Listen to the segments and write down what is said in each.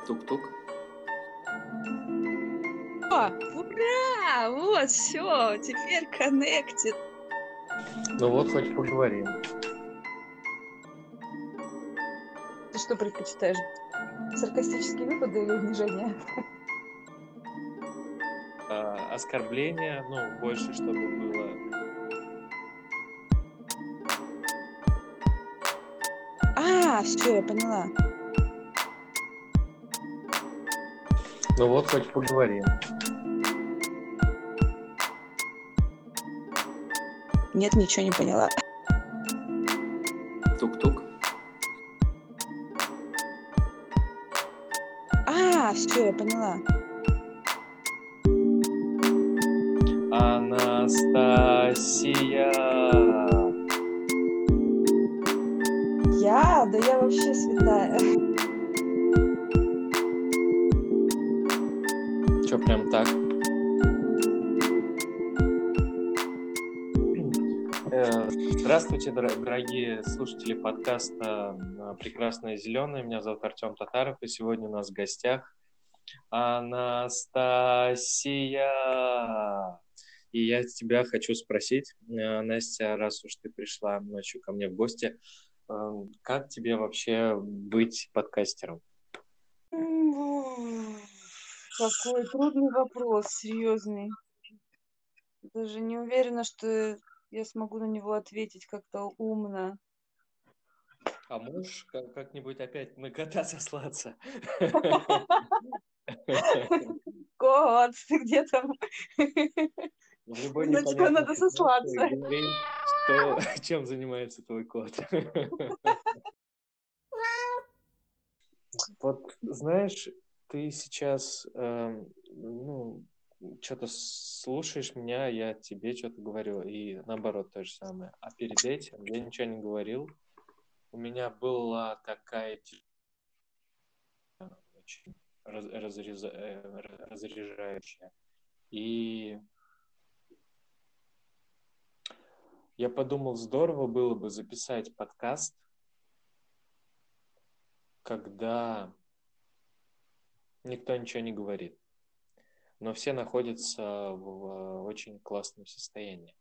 Тук-тук. Ура! Вот, все, теперь connected. Ну вот, хоть поговорим. Ты что предпочитаешь? Саркастические выпады или унижение? Оскорбления, больше, чтобы было. Все, я поняла. Ну вот, хоть поговорим. Нет, ничего не поняла. Тук-тук. Все, я поняла. Анастасия. Да я вообще святая. Чё, прям так? Здравствуйте, дорогие слушатели подкаста «Прекрасное зеленое». Меня зовут Артем Татаров, и сегодня у нас в гостях Анастасия. И я тебя хочу спросить, Настя, раз уж ты пришла ночью ко мне в гости, как тебе вообще быть подкастером? Какой трудный вопрос, серьезный. Даже не уверена, что я смогу на него ответить как-то умно. А можешь как-нибудь опять на кота сослаться? Кот, ты где там? В любой На тебя непонятной надо ситуации сослаться. говори, чем занимается твой кот. Вот знаешь, ты сейчас что-то слушаешь меня, я тебе что-то говорю, и наоборот то же самое. А перед этим я ничего не говорил. У меня была такая очень разряжающая. И я подумал, здорово было бы записать подкаст, когда никто ничего не говорит, но все находятся в очень классном состоянии.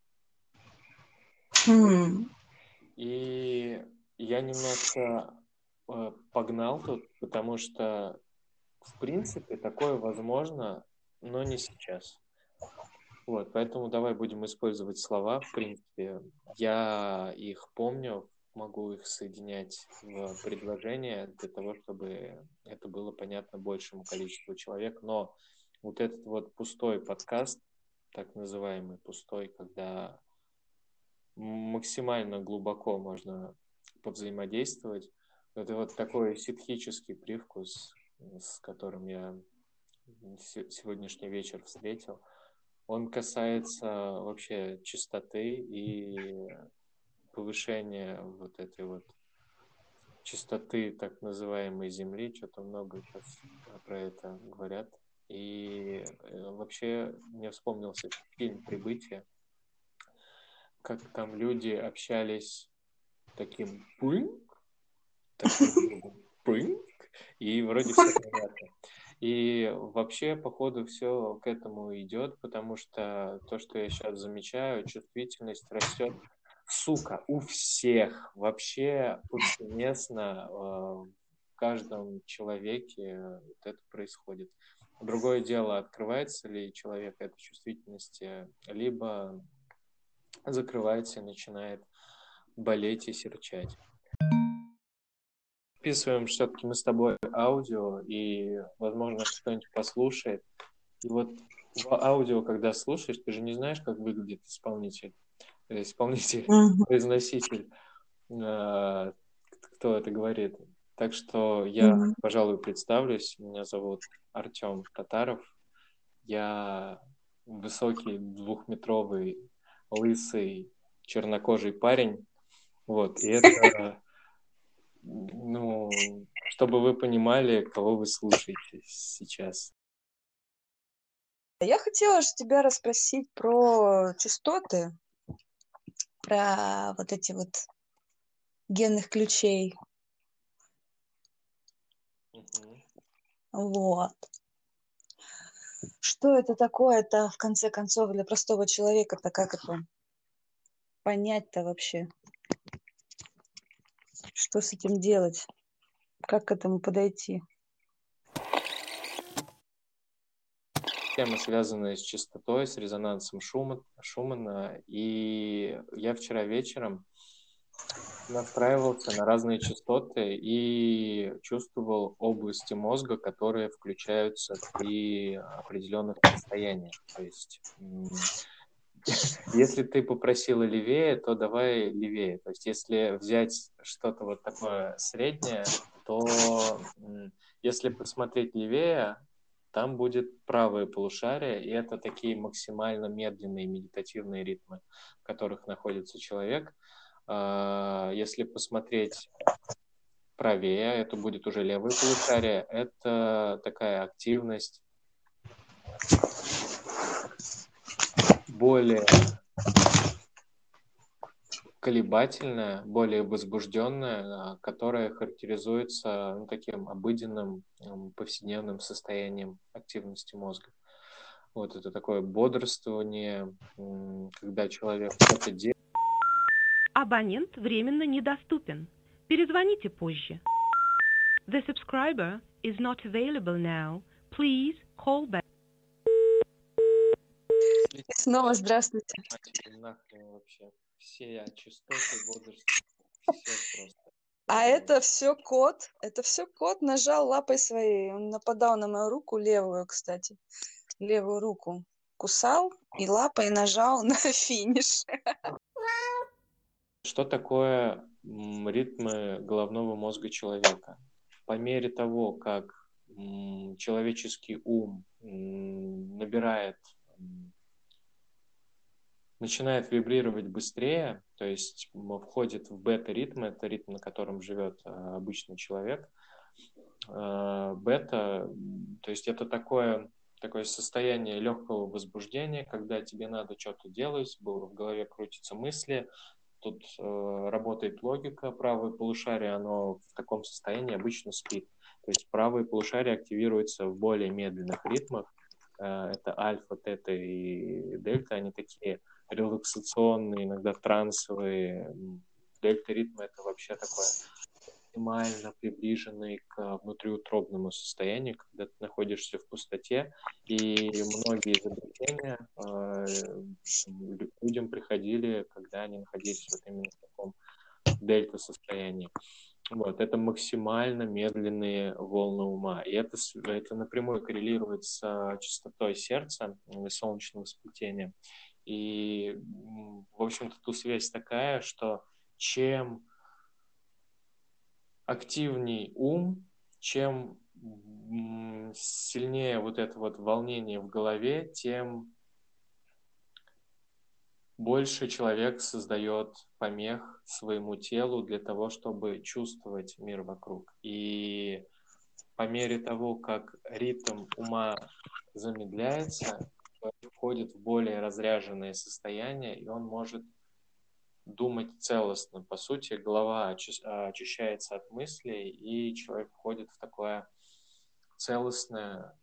И я немножко погнал тут, потому что, в принципе, такое возможно, но не сейчас. Вот, поэтому давай будем использовать слова. В принципе, я их помню, могу их соединять в предложение для того, чтобы это было понятно большему количеству человек. Но вот этот вот пустой подкаст, так называемый пустой, когда максимально глубоко можно повзаимодействовать, это вот такой ситхический привкус, с которым я сегодняшний вечер встретил. Он касается вообще чистоты и повышения вот этой вот чистоты так называемой Земли. Что-то много сейчас про это говорят. И вообще мне вспомнился фильм «Прибытие», как там люди общались таким пынк, и вроде все понятно. И вообще, походу, все к этому идет, потому что то, что я сейчас замечаю, чувствительность растет, сука, у всех, вообще повсеместно, в каждом человеке вот это происходит. Другое дело, открывается ли человек этой чувствительности, либо закрывается и начинает болеть и серчать. Записываем все-таки мы с тобой аудио, и, возможно, кто-нибудь послушает. И вот в аудио, когда слушаешь, ты же не знаешь, как выглядит произноситель, кто это говорит. Так что я, пожалуй, представлюсь. Меня зовут Артем Татаров. Я высокий, 2-метровый, лысый, чернокожий парень. Вот, и это... чтобы вы понимали, кого вы слушаете сейчас. Я хотела же тебя расспросить про частоты, про вот эти вот генных ключей. Вот. Что это такое-то, в конце концов, для простого человека-то, как это понять-то вообще? Что с этим делать? Как к этому подойти? Темы, связанные с частотой, с резонансом Шумана. И я вчера вечером настраивался на разные частоты и чувствовал области мозга, которые включаются при определенных состояниях. То есть, если ты попросила левее, то давай левее. То есть, если взять что-то вот такое среднее, то если посмотреть левее, там будет правое полушарие, и это такие максимально медленные медитативные ритмы, в которых находится человек. Если посмотреть правее, это будет уже левое полушарие. Это такая активность более колебательная, более возбужденная, которая характеризуется таким обыденным повседневным состоянием активности мозга. Вот это такое бодрствование, когда человек что-то делает. Абонент временно недоступен. Перезвоните позже. The subscriber is not available now. Please call back. И снова здравствуйте. Нахрен вообще. Все частоты, бодрствования, все просто. А это все кот нажал лапой своей. Он нападал на мою руку левую, кстати. Левую руку кусал и лапой нажал на финиш. Что такое ритмы головного мозга человека? По мере того, как человеческий ум начинает вибрировать быстрее, то есть входит в бета-ритм, это ритм, на котором живет обычный человек. Бета, то есть это такое состояние легкого возбуждения, когда тебе надо что-то делать, в голове крутятся мысли, тут работает логика, правое полушарие, оно в таком состоянии обычно спит. То есть правое полушарие активируется в более медленных ритмах. Это альфа, тета и дельта, они такие релаксационные, иногда трансовые. Дельта-ритм — это вообще такое максимально приближенный к внутриутробному состоянию, когда ты находишься в пустоте, и многие изобретения людям приходили, когда они находились вот именно в таком дельта-состоянии. Вот, это максимально медленные волны ума. И это напрямую коррелирует с частотой сердца и солнечного сплетения. И, в общем-то, тут связь такая, что чем активней ум, чем сильнее вот это вот волнение в голове, тем больше человек создает помех своему телу для того, чтобы чувствовать мир вокруг. И по мере того, как ритм ума замедляется, человек входит в более разряженное состояние, и он может думать целостно. По сути, голова очищается от мыслей, и человек входит в такое целостное,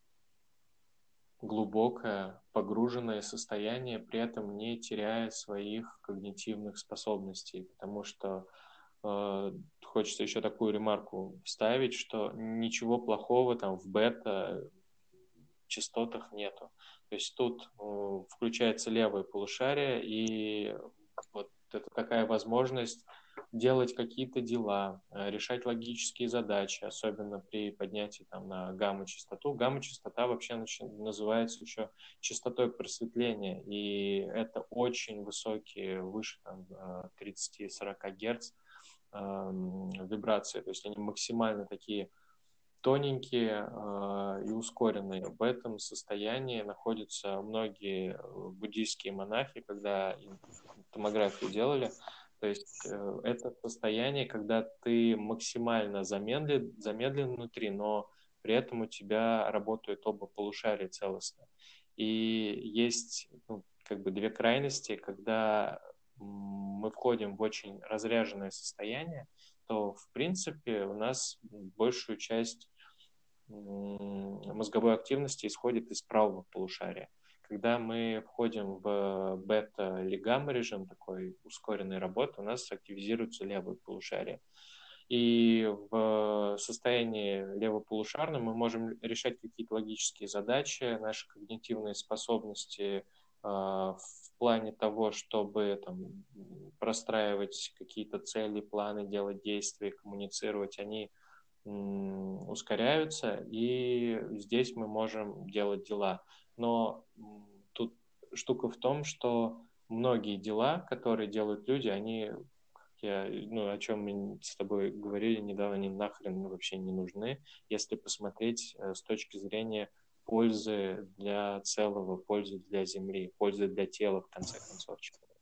глубокое, погруженное состояние, при этом не теряя своих когнитивных способностей. Потому что хочется еще такую ремарку вставить, что ничего плохого там в бета-частотах нету. То есть тут включается левое полушарие, и вот это такая возможность делать какие-то дела, решать логические задачи, особенно при поднятии там на гамма-частоту. Гамма-частота вообще называется еще частотой просветления, и это очень высокие, выше 30-40 Гц вибрации, то есть они максимально такие тоненькие и ускоренные. В этом состоянии находятся многие буддийские монахи, когда им томографию делали. То есть это состояние, когда ты максимально замедлен внутри, но при этом у тебя работают оба полушария целостно. И есть как бы две крайности, когда мы входим в очень разряженное состояние, то, в принципе, у нас большую часть мозговой активности исходит из правого полушария. Когда мы входим в бета- или гамма-режим такой ускоренной работы, у нас активизируется левое полушарие. И в состоянии левополушарном мы можем решать какие-то логические задачи, наши когнитивные способности в плане того, чтобы там, простраивать какие-то цели, планы, делать действия, коммуницировать, они ускоряются, и здесь мы можем делать дела. Но тут штука в том, что многие дела, которые делают люди, они, о чем мы с тобой говорили недавно, они нахрен вообще не нужны, если посмотреть с точки зрения пользы для целого, пользы для Земли, пользы для тела, в конце концов.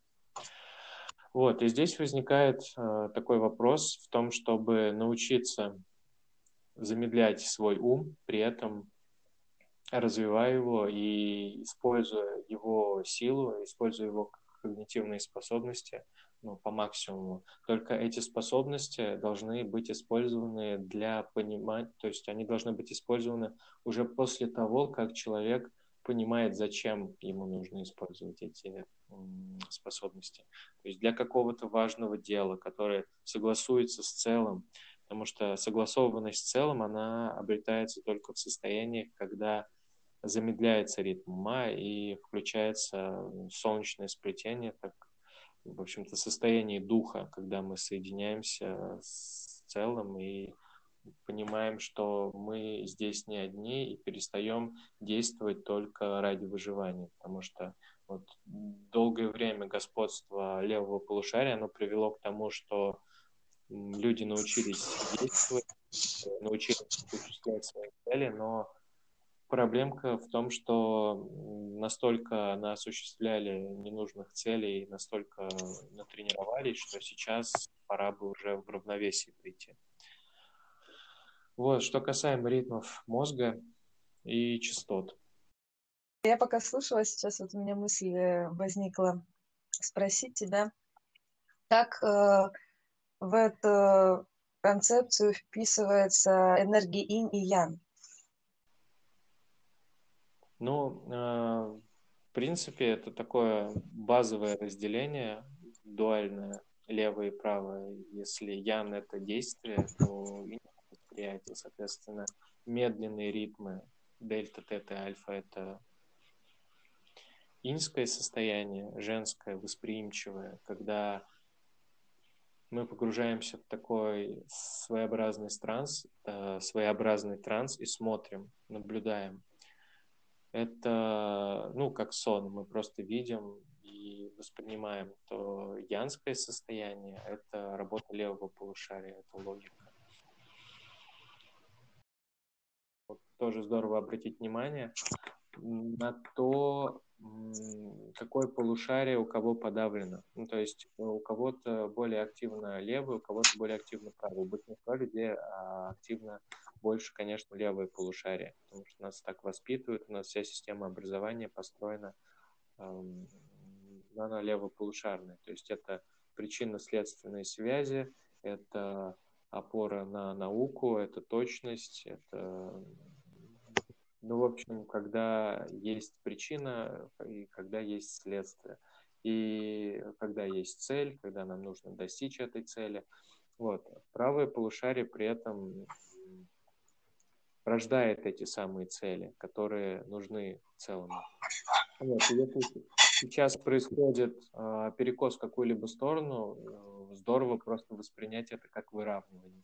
Вот, и здесь возникает такой вопрос в том, чтобы научиться замедлять свой ум, при этом развивая его и используя его силу, используя его когнитивные способности по максимуму. Только эти способности должны быть использованы для понимания, то есть они должны быть использованы уже после того, как человек понимает, зачем ему нужно использовать эти способности. То есть для какого-то важного дела, которое согласуется с целым, потому что согласованность с целым, она обретается только в состояниях, когда замедляется ритм ума и включается солнечное сплетение, так, в общем-то, состояние духа, когда мы соединяемся с целым и понимаем, что мы здесь не одни, и перестаем действовать только ради выживания, потому что вот долгое время господство левого полушария, оно привело к тому, что люди научились действовать, научились осуществлять свои цели, но проблемка в том, что настолько осуществляли ненужных целей, настолько натренировались, что сейчас пора бы уже в равновесие прийти. Вот, что касаемо ритмов мозга и частот. Я пока слушала, сейчас вот у меня мысль возникла спросить тебя, как в эту концепцию вписывается энергия инь и ян? В принципе, это такое базовое разделение, дуальное, левое и правое. Если ян — это действие, то инь — это восприятие. Соответственно, медленные ритмы дельта, тета и альфа — это иньское состояние, женское, восприимчивое, когда мы погружаемся в такой своеобразный транс и смотрим, наблюдаем. Это, как сон, мы просто видим и воспринимаем. То янское состояние — это работа левого полушария, это логика. Вот тоже здорово обратить внимание на то, какое полушарие у кого подавлено. То есть у кого-то более активно левое, у кого-то более активно правое. У большинства людей активно больше, конечно, левое полушарие, потому что нас так воспитывают, у нас вся система образования построена на левополушарной. То есть это причинно-следственные связи, это опора на науку, это точность, это... в общем, когда есть причина и когда есть следствие. И когда есть цель, когда нам нужно достичь этой цели. Вот. Правое полушарие при этом рождает эти самые цели, которые нужны целому. Вот. И если сейчас происходит перекос в какую-либо сторону, здорово просто воспринять это как выравнивание.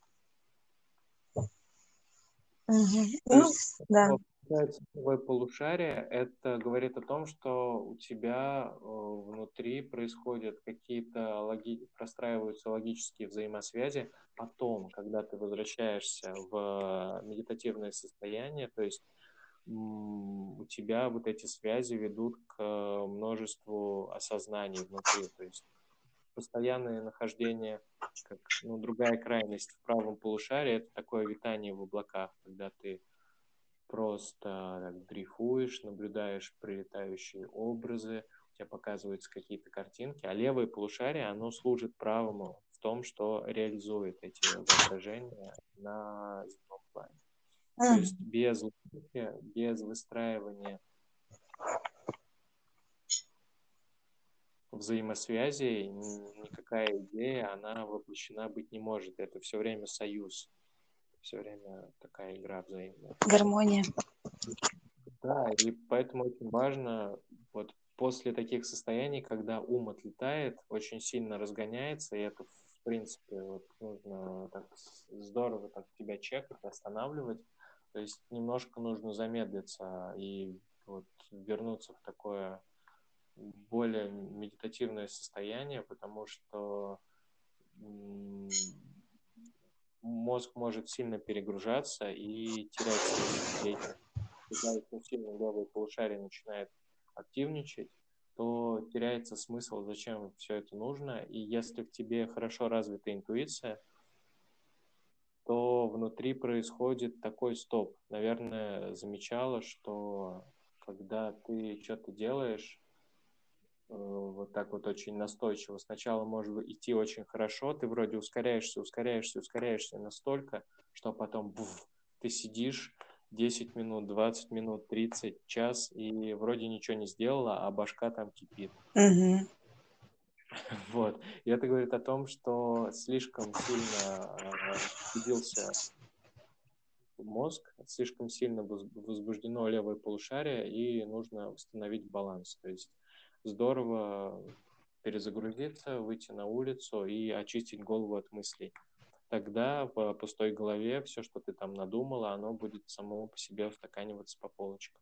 Да. Целевое полушарие, это говорит о том, что у тебя внутри происходят какие-то простраиваются логические взаимосвязи. Потом, когда ты возвращаешься в медитативное состояние, то есть у тебя вот эти связи ведут к множеству осознаний внутри. То есть постоянное нахождение, как другая крайность в правом полушарии, это такое витание в облаках, когда ты просто дрейфуешь, наблюдаешь прилетающие образы, у тебя показываются какие-то картинки, а левое полушарие, оно служит правому в том, что реализует эти воображения на земном плане. То есть без логики, без выстраивания взаимосвязей никакая идея, она воплощена быть не может. Это все время союз, все время такая игра взаимная. Гармония. Да, и поэтому очень важно вот после таких состояний, когда ум отлетает, очень сильно разгоняется, и это, в принципе, вот нужно так здорово так тебя чекать, останавливать. То есть немножко нужно замедлиться и вот вернуться в такое более медитативное состояние, потому что мозг может сильно перегружаться и терять смысл деятельности. Когда очень сильно левое полушарие начинает активничать, то теряется смысл, зачем все это нужно. И если в тебе хорошо развита интуиция, то внутри происходит такой стоп. Наверное, замечала, что когда ты что-то делаешь, вот так вот очень настойчиво, сначала может идти очень хорошо, ты вроде ускоряешься настолько, что потом ты сидишь 10 минут, 20 минут, 30, час, и вроде ничего не сделала, а башка там кипит. Угу. Вот. И это говорит о том, что слишком сильно возбудился мозг, слишком сильно возбуждено левое полушарие, и нужно восстановить баланс. То есть здорово перезагрузиться, выйти на улицу и очистить голову от мыслей. Тогда в пустой голове все, что ты там надумала, оно будет само по себе устаканиваться по полочкам.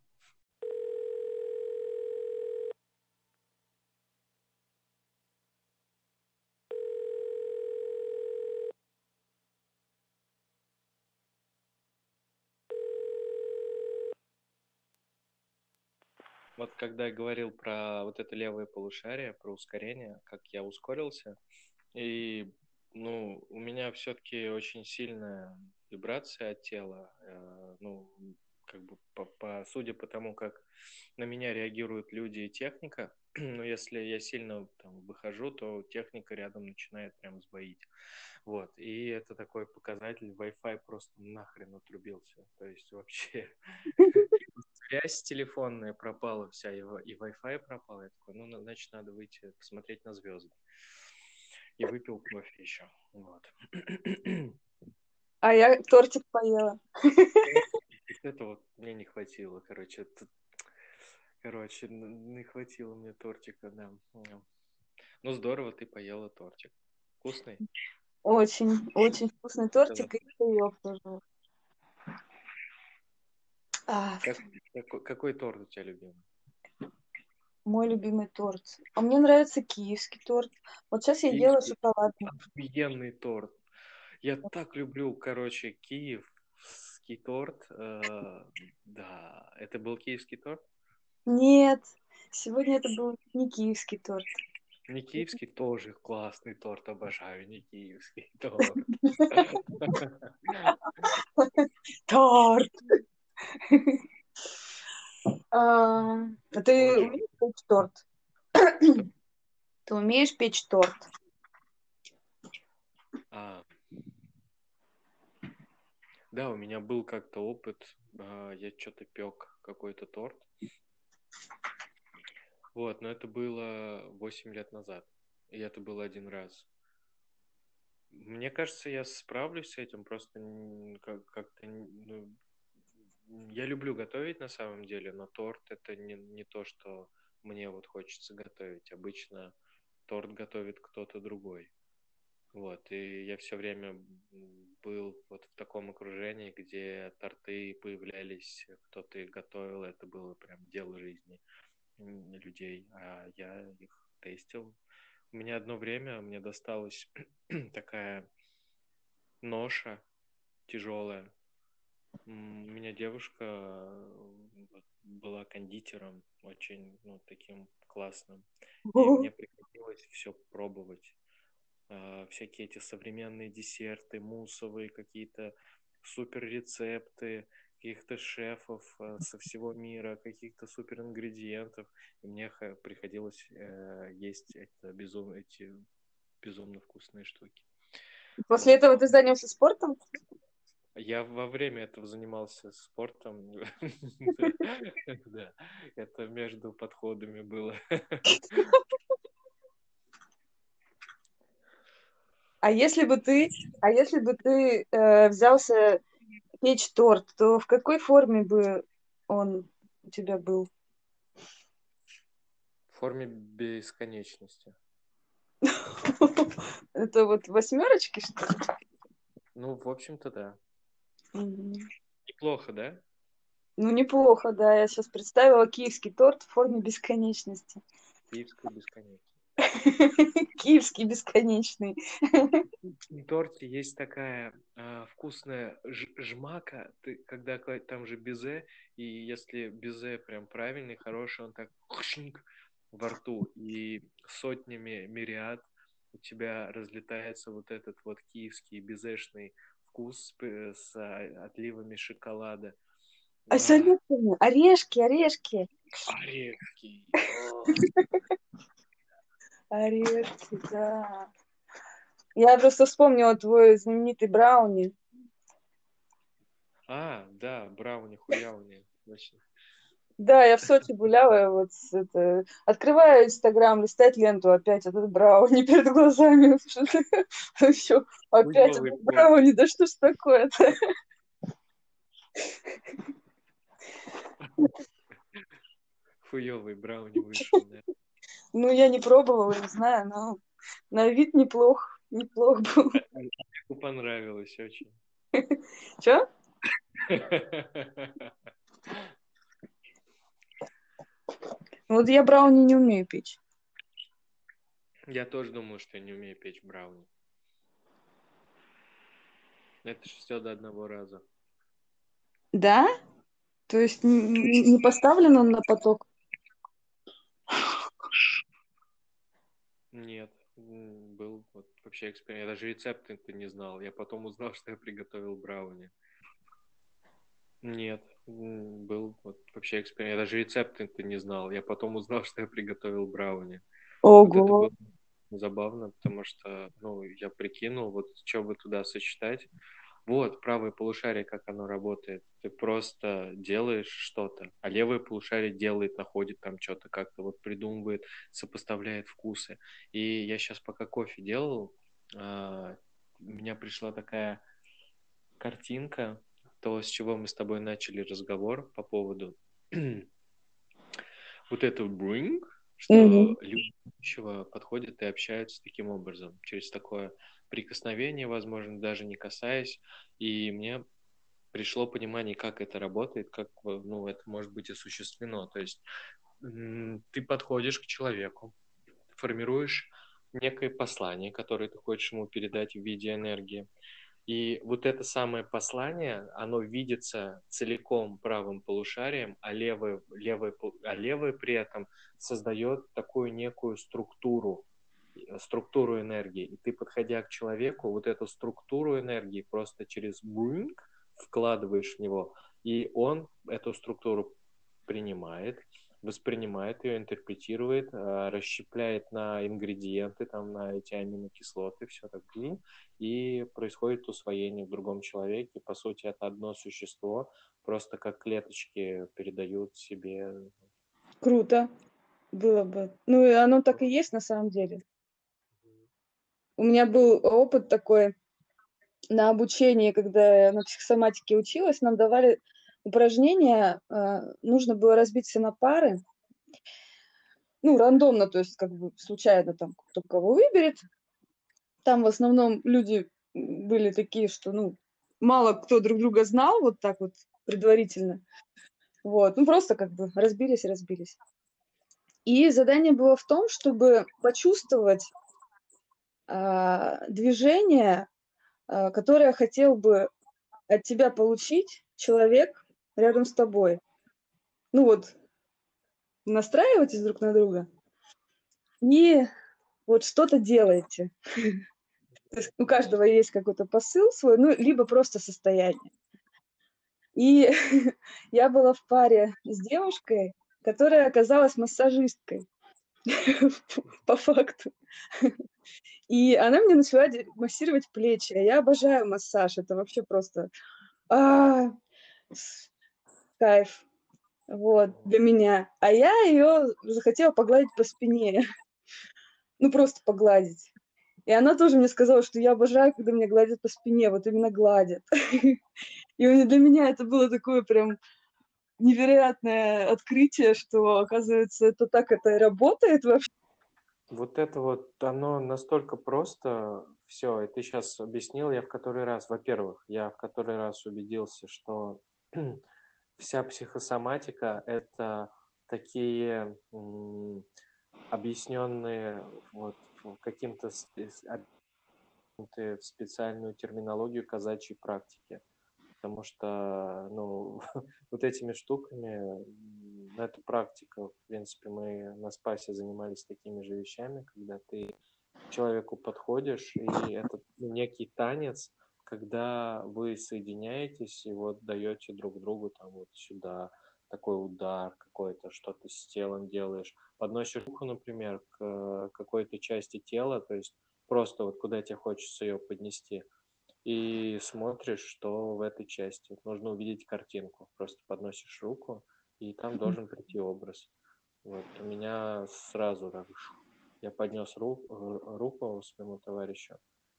Вот когда я говорил про вот это левое полушарие, про ускорение, как я ускорился, и у меня все-таки очень сильная вибрация от тела, как бы судя по тому, как на меня реагируют люди и техника, но если я сильно там выхожу, то техника рядом начинает прям сбоить. Вот, и это такой показатель, Wi-Fi просто нахрен отрубился, то есть вообще связь телефонная пропала вся, и Wi-Fi пропал, я такой, значит, надо выйти посмотреть на звезды. И выпил кофе еще, вот. А я тортик поела. Это вот мне не хватило, не хватило мне тортика, да. Ну, здорово, ты поела тортик. Вкусный? Очень, очень вкусный тортик и чаек тоже. Какой торт у тебя любимый? Мой любимый торт. А мне нравится киевский торт. Вот сейчас я ела шоколадный. Офигенный торт. Я так люблю, киевский торт. Да, это был киевский торт? Нет, сегодня это был не киевский торт. Не киевский тоже классный торт, обожаю не киевский торт. Торт! А ты умеешь печь торт? Ты умеешь печь торт? Да, у меня был как-то опыт, я что-то пек какой-то торт. Вот, но это было 8 лет назад, и это был один раз. Мне кажется, я справлюсь с этим, просто как-то... я люблю готовить на самом деле, но торт это не то, что мне вот хочется готовить. Обычно торт готовит кто-то другой. Вот, и я все время был вот в таком окружении, где торты появлялись, кто-то их готовил, это было прям дело жизни людей, а я их тестил. У меня одно время, мне досталась такая ноша тяжелая. У меня девушка была кондитером, очень, таким классным, и мне приходилось все пробовать. Всякие эти современные десерты, муссовые какие-то супер рецепты каких-то шефов со всего мира, каких-то супер ингредиентов. И мне приходилось есть эти безумно вкусные штуки. После этого ты занялся спортом? Я во время этого занимался спортом. Да, это между подходами было. А если бы ты взялся печь торт, то в какой форме бы он у тебя был? В форме бесконечности. Это вот восьмерочки, что ли? Ну, в общем-то, да. Мгм. Неплохо, да? Ну, неплохо, да. Я сейчас представила киевский торт в форме бесконечности. Киевская бесконечность. Киевский бесконечный. В торте есть такая вкусная жмака, когда там же безе, и если безе прям правильный, хороший, он так хшник во рту, и сотнями мириад у тебя разлетается вот этот вот киевский безешный вкус с отливами шоколада. А с орешками? Орешки. Орешки. Орешки, да. Я просто вспомнила твой знаменитый брауни. Да, брауни-хуяуни. Точно. Да, я в Сочи гуляла, открываю Инстаграм, листать ленту, опять этот брауни перед глазами. Все, опять Хуёвый этот торт. брауни, да что ж такое-то? Хуёвый брауни вышел, да. Ну, я не пробовала, не знаю, но на вид неплох был. Мне понравилось очень. Че? Вот я брауни не умею печь. Я тоже думал, что я не умею печь брауни. Это же все до одного раза. Да? То есть не поставлен он на поток? Нет, был вот вообще эксперимент. Я даже рецепты не знал. Я потом узнал, что я приготовил брауни. Нет, был вот вообще эксперимент. Я даже рецепты не знал. Я потом узнал, что я приготовил брауни. Вот это Ого. было забавно, потому что, я прикинул, вот что бы туда сочетать. Вот, правое полушарие, как оно работает. Ты просто делаешь что-то, а левое полушарие делает, находит там что-то, как-то вот придумывает, сопоставляет вкусы. И я сейчас пока кофе делал, у меня пришла такая картинка, то, с чего мы с тобой начали разговор по поводу вот этого brewing, что Мгм. люди будущего подходят и общаются таким образом, через такое прикосновение, возможно, даже не касаясь. И мне пришло понимание, как это работает, как это может быть осуществлено. То есть ты подходишь к человеку, формируешь некое послание, которое ты хочешь ему передать в виде энергии. И вот это самое послание, оно видится целиком правым полушарием, а левое при этом создает такую некую структуру энергии. И ты, подходя к человеку, вот эту структуру энергии просто через бринг вкладываешь в него, и он эту структуру принимает, воспринимает ее, интерпретирует, расщепляет на ингредиенты, там, на эти аминокислоты, все так, и происходит усвоение в другом человеке. По сути, это одно существо, просто как клеточки передают себе. Круто было бы. Ну, и оно так и есть на самом деле. У меня был опыт такой на обучении, когда я на психосоматике училась, нам давали упражнения, нужно было разбить все на пары, ну, рандомно, то есть как бы случайно там кто кого выберет. Там в основном люди были такие, что, ну, мало кто друг друга знал вот так вот предварительно. Вот, ну, просто как бы разбились. И задание было в том, чтобы почувствовать движение, которое хотел бы от тебя получить человек рядом с тобой. Ну вот, настраивайтесь друг на друга и вот что-то делаете. То есть у каждого есть какой-то посыл свой, ну, либо просто состояние. И я была в паре с девушкой, которая оказалась массажисткой по факту. И она мне начала массировать плечи. А я обожаю массаж. Это вообще просто А, кайф. Вот, для меня. А я ее захотела погладить по спине. Ну, просто погладить. И она тоже мне сказала, что я обожаю, когда меня гладят по спине, вот именно гладят. И для меня это было такое прям невероятное открытие, что, оказывается, это работает вообще. Вот это вот, оно настолько просто, все, и ты сейчас объяснил, я в который раз, во-первых, я в который раз убедился, что вся психосоматика – это такие объясненные вот каким-то в специальную терминологию казачьей практики. Потому что, ну, вот этими штуками, это практика. В принципе, мы на спасе занимались такими же вещами, когда ты к человеку подходишь, и это некий танец, когда вы соединяетесь и вот даете друг другу там вот сюда такой удар какой-то, что ты с телом делаешь. Подносишь руку, например, к какой-то части тела, то есть просто вот куда тебе хочется ее поднести, и смотришь, что в этой части. Нужно увидеть картинку. Просто подносишь руку, и там должен прийти образ. Вот. У меня сразу так, я поднес руку своему товарищу,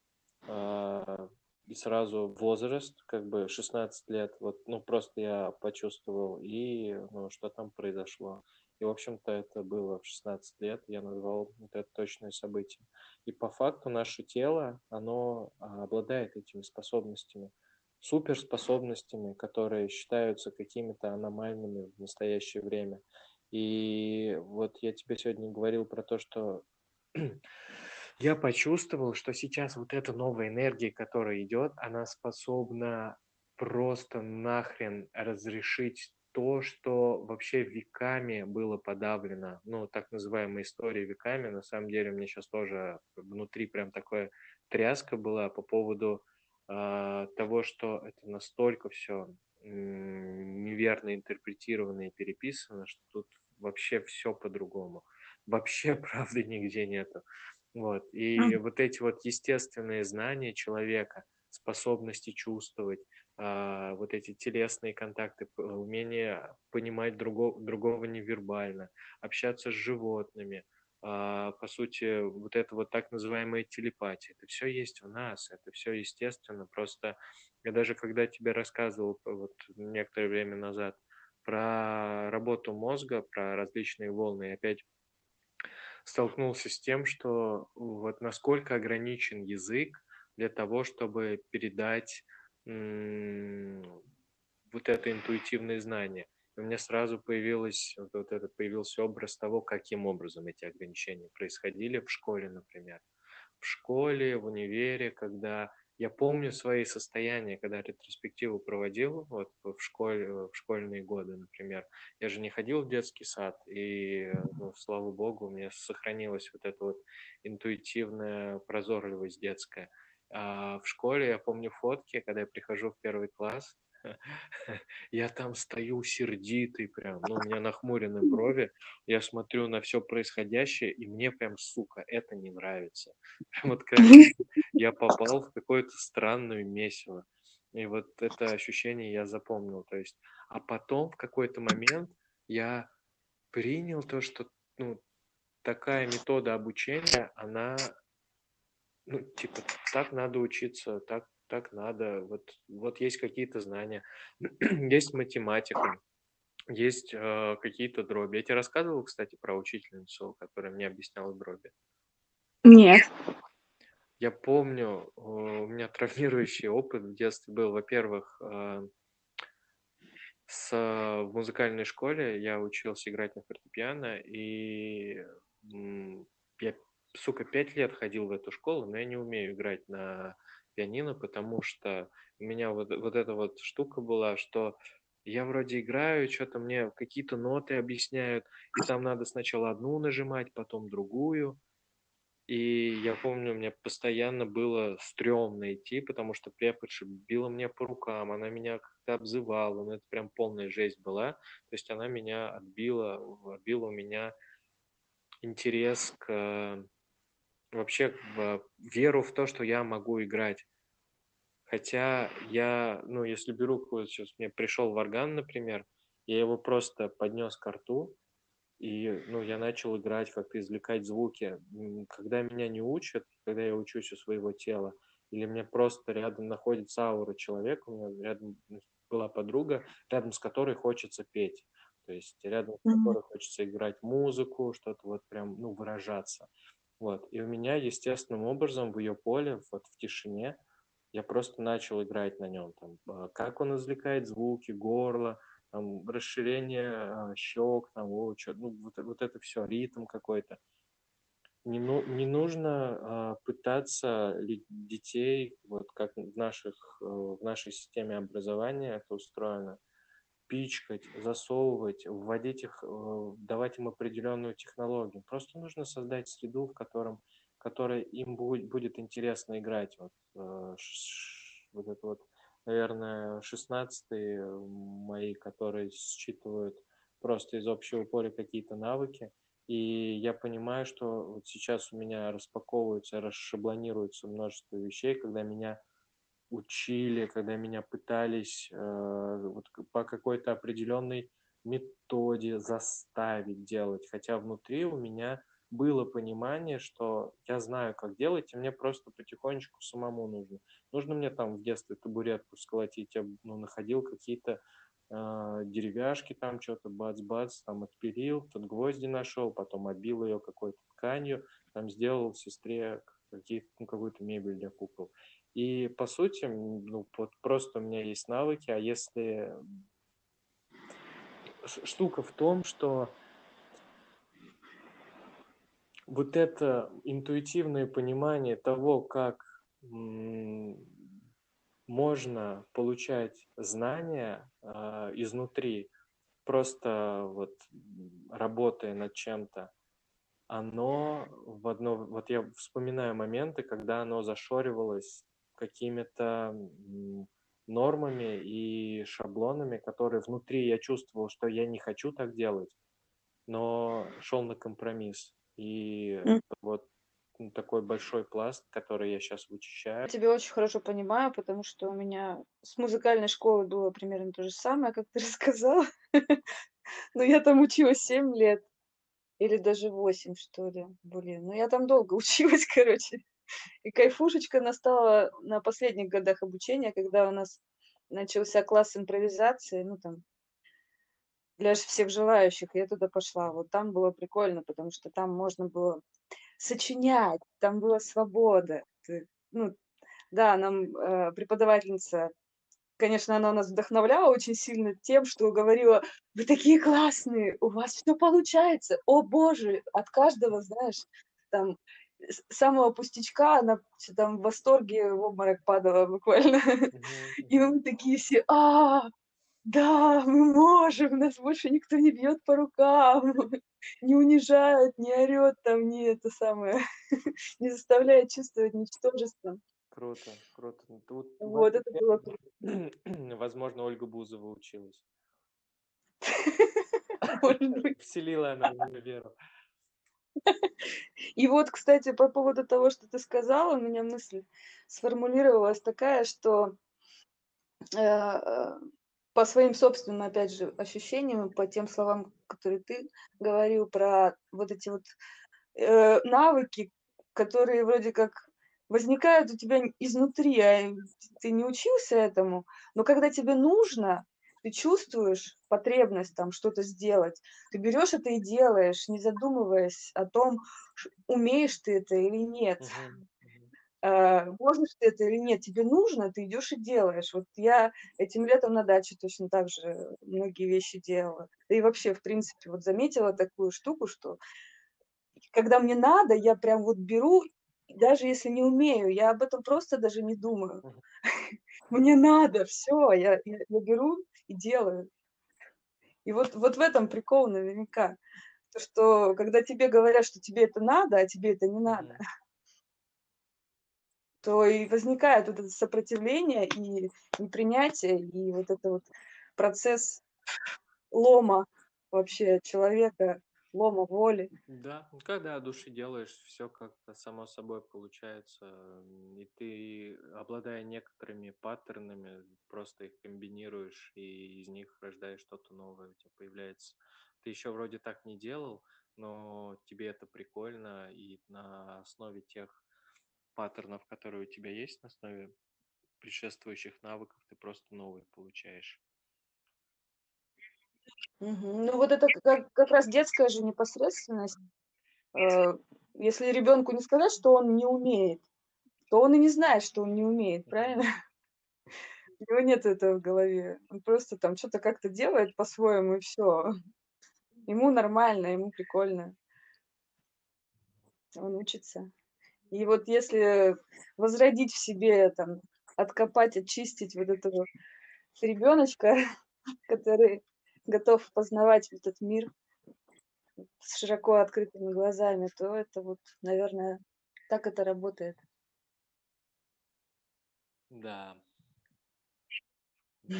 и сразу возраст, как бы 16 лет, вот, ну, просто я почувствовал, и, ну, что там произошло. И, в общем-то, это было в 16 лет, я назвал вот это точное событие. И по факту наше тело, оно обладает этими способностями, суперспособностями, которые считаются какими-то аномальными в настоящее время. И вот я тебе сегодня говорил про то, что я почувствовал, что сейчас вот эта новая энергия, которая идет, она способна просто нахрен разрешить то, что вообще веками было подавлено. Ну, так называемая история веками. На самом деле, у меня сейчас тоже внутри прям такая тряска была по поводу того, что это настолько все неверно интерпретировано и переписано, что тут вообще все по-другому. Вообще правды нигде нету. Вот. И вот эти вот естественные знания человека, способности чувствовать, вот эти телесные контакты, умение понимать другого невербально, общаться с животными, по сути, вот это вот так называемая телепатия, это все есть в нас, это все естественно. Просто я даже когда тебе рассказывал вот некоторое время назад про работу мозга, про различные волны, и опять столкнулся с тем, что вот насколько ограничен язык для того, чтобы передать вот это интуитивное знание. И у меня сразу появился образ того, каким образом эти ограничения происходили в школе, например. В школе, в универе, когда я помню свои состояния, когда ретроспективу проводил, вот в школе, в школьные годы, например. Я же не ходил в детский сад, и, ну, слава богу, у меня сохранилась вот эта вот интуитивная прозорливость детская. А в школе я помню фотки, когда я прихожу в первый класс, я там стою сердитый прям, ну, у меня нахмурены брови, я смотрю на все происходящее, и мне прям, сука, это не нравится. Прям вот как я попал в какое-то странное месиво. И вот это ощущение я запомнил. То есть, а потом в какой-то момент я принял то, что, ну, такая метода обучения, она, ну, типа, так надо учиться, так надо, вот есть какие-то знания, есть математика, есть какие-то дроби. Я тебе рассказывал, кстати, про учительницу, которая мне объясняла дроби. Нет. Я помню, у меня травмирующий опыт в детстве был. Во-первых, в музыкальной школе я учился играть на фортепиано, и я, сука, 5 лет ходил в эту школу, но я не умею играть на пианино, потому что у меня вот эта вот штука была, что я вроде играю, что-то мне какие-то ноты объясняют, и там надо сначала одну нажимать, потом другую. И я помню, мне постоянно было стрёмно идти, потому что преподша била меня по рукам, она меня как-то обзывала, ну это прям полная жесть была. То есть она меня отбила у меня интерес к вообще в веру в то, что я могу играть. Хотя я, ну, если беру какой-то сейчас, мне пришел варган, например, я его просто поднес ко рту, и, ну, я начал играть, как-то извлекать звуки. Когда меня не учат, когда я учусь у своего тела, или мне просто рядом находится аура человека, у меня рядом была подруга, рядом с которой хочется петь. То есть рядом с Мгм. которой хочется играть музыку, что-то вот прям, ну, выражаться. Вот. И у меня естественным образом в ее поле, вот в тишине, я просто начал играть на нем. Там, как он извлекает звуки, горло, там, расширение щек, там, ну, вот это все, ритм какой-то. Не нужно пытаться детей, вот как в нашей системе образования это устроено, пичкать, засовывать, вводить их, давать им определенную технологию. Просто нужно создать среду, которой им будет интересно играть. Вот это вот, наверное, 16-е мои, которые считывают просто из общего поля какие-то навыки. И я понимаю, что вот сейчас у меня распаковываются, расшаблонируются множество вещей, когда меня учили, когда меня пытались вот по какой-то определенной методе заставить делать. Хотя внутри у меня было понимание, что я знаю, как делать, и мне просто потихонечку самому нужно. Нужно мне там в детстве табуретку сколотить, я ну, находил какие-то деревяшки, там что-то бац-бац, там отпилил, тут гвозди нашел, потом обил ее какой-то тканью, там сделал сестре ну, какую-то мебель для кукол. И по сути, ну, вот просто у меня есть навыки, а если штука в том, что вот это интуитивное понимание того, как можно получать знания изнутри, просто вот работая над чем-то, оно вот я вспоминаю моменты, когда оно зашоривалось какими-то нормами и шаблонами, которые внутри я чувствовал, что я не хочу так делать, но шел на компромисс. И М. это вот такой большой пласт, который я сейчас вычищаю. Я тебя очень хорошо понимаю, потому что у меня с музыкальной школы было примерно то же самое, как ты рассказала. Но я там училась 7 лет или даже 8, что ли. Блин, ну я там долго училась, короче. И кайфушечка настала на последних годах обучения, когда у нас начался класс импровизации, ну там для всех желающих, я туда пошла. Вот там было прикольно, потому что там можно было сочинять, там была свобода. Ну, да, нам преподавательница, конечно, она нас вдохновляла очень сильно тем, что говорила: вы такие классные, у вас все получается, о боже, от каждого, знаешь, там, самого пустячка она всё там в восторге, в обморок падала буквально. И мы такие все: да, мы можем, нас больше никто не бьет по рукам, не унижает, не орет там, не это самое, не заставляет чувствовать ничтожество. Круто, круто. Ну, тут в Вот этой это было круто. теме, возможно, Ольга Бузова училась. Может быть. Вселила она в меня веру. И вот, кстати, по поводу того, что ты сказала, у меня мысль сформулировалась такая, что э, по своим собственным, опять же, ощущениям, и по тем словам, которые ты говорил про вот эти вот навыки, которые вроде как возникают у тебя изнутри, а ты не учился этому, но когда тебе нужно, ты чувствуешь потребность там что-то сделать, ты берешь это и делаешь, не задумываясь о том, умеешь ты это или нет, Мгм, мгм. можешь ты это или нет, тебе нужно, ты идешь и делаешь. Вот я этим летом на даче точно так же многие вещи делала. Да и вообще, в принципе, вот заметила такую штуку, что когда мне надо, я прям вот беру, даже если не умею, я об этом просто даже не думаю. Мгм. Мне надо, все, я беру и делаю. И вот в этом прикол наверняка. То, что когда тебе говорят, что тебе это надо, а тебе это не надо, Мгм. то и возникает вот это сопротивление и непринятие, и вот это вот процесс лома вообще человека. лома воли. Да, когда от души делаешь, все как-то само собой получается, и ты, обладая некоторыми паттернами, просто их комбинируешь, и из них рождаешь что-то новое, у тебя появляется. Ты еще вроде так не делал, но тебе это прикольно, и на основе тех паттернов, которые у тебя есть, на основе предшествующих навыков, ты просто новые получаешь. Мгм. Ну вот это как раз детская же непосредственность. Э, Если ребенку не сказать, что он не умеет, то он и не знает, что он не умеет, правильно? У него нет этого в голове. Он просто там что-то как-то делает по-своему, и все. Ему нормально, ему прикольно. Он учится. И вот если возродить в себе, там, откопать, очистить вот этого ребеночка, который готов познавать этот мир с широко открытыми глазами, то это вот, наверное, так это работает. Да, да.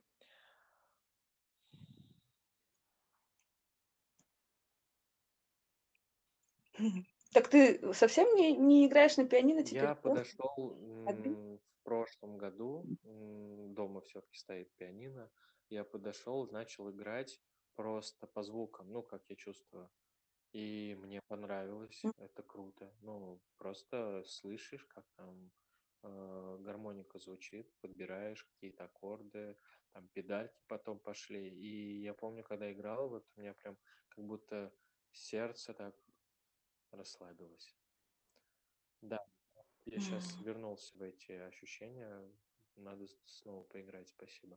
Так ты совсем не играешь на пианино теперь? Я Просто подошел один? в прошлом году, дома все-таки стоит пианино, я подошел, начал играть просто по звукам, ну, как я чувствую. И мне понравилось, это круто. Ну, просто слышишь, как там гармоника звучит, подбираешь какие-то аккорды, там педальки потом пошли. И я помню, когда играл, вот у меня прям как будто сердце так расслабилось. Да, я сейчас вернулся в эти ощущения. Надо снова поиграть, спасибо.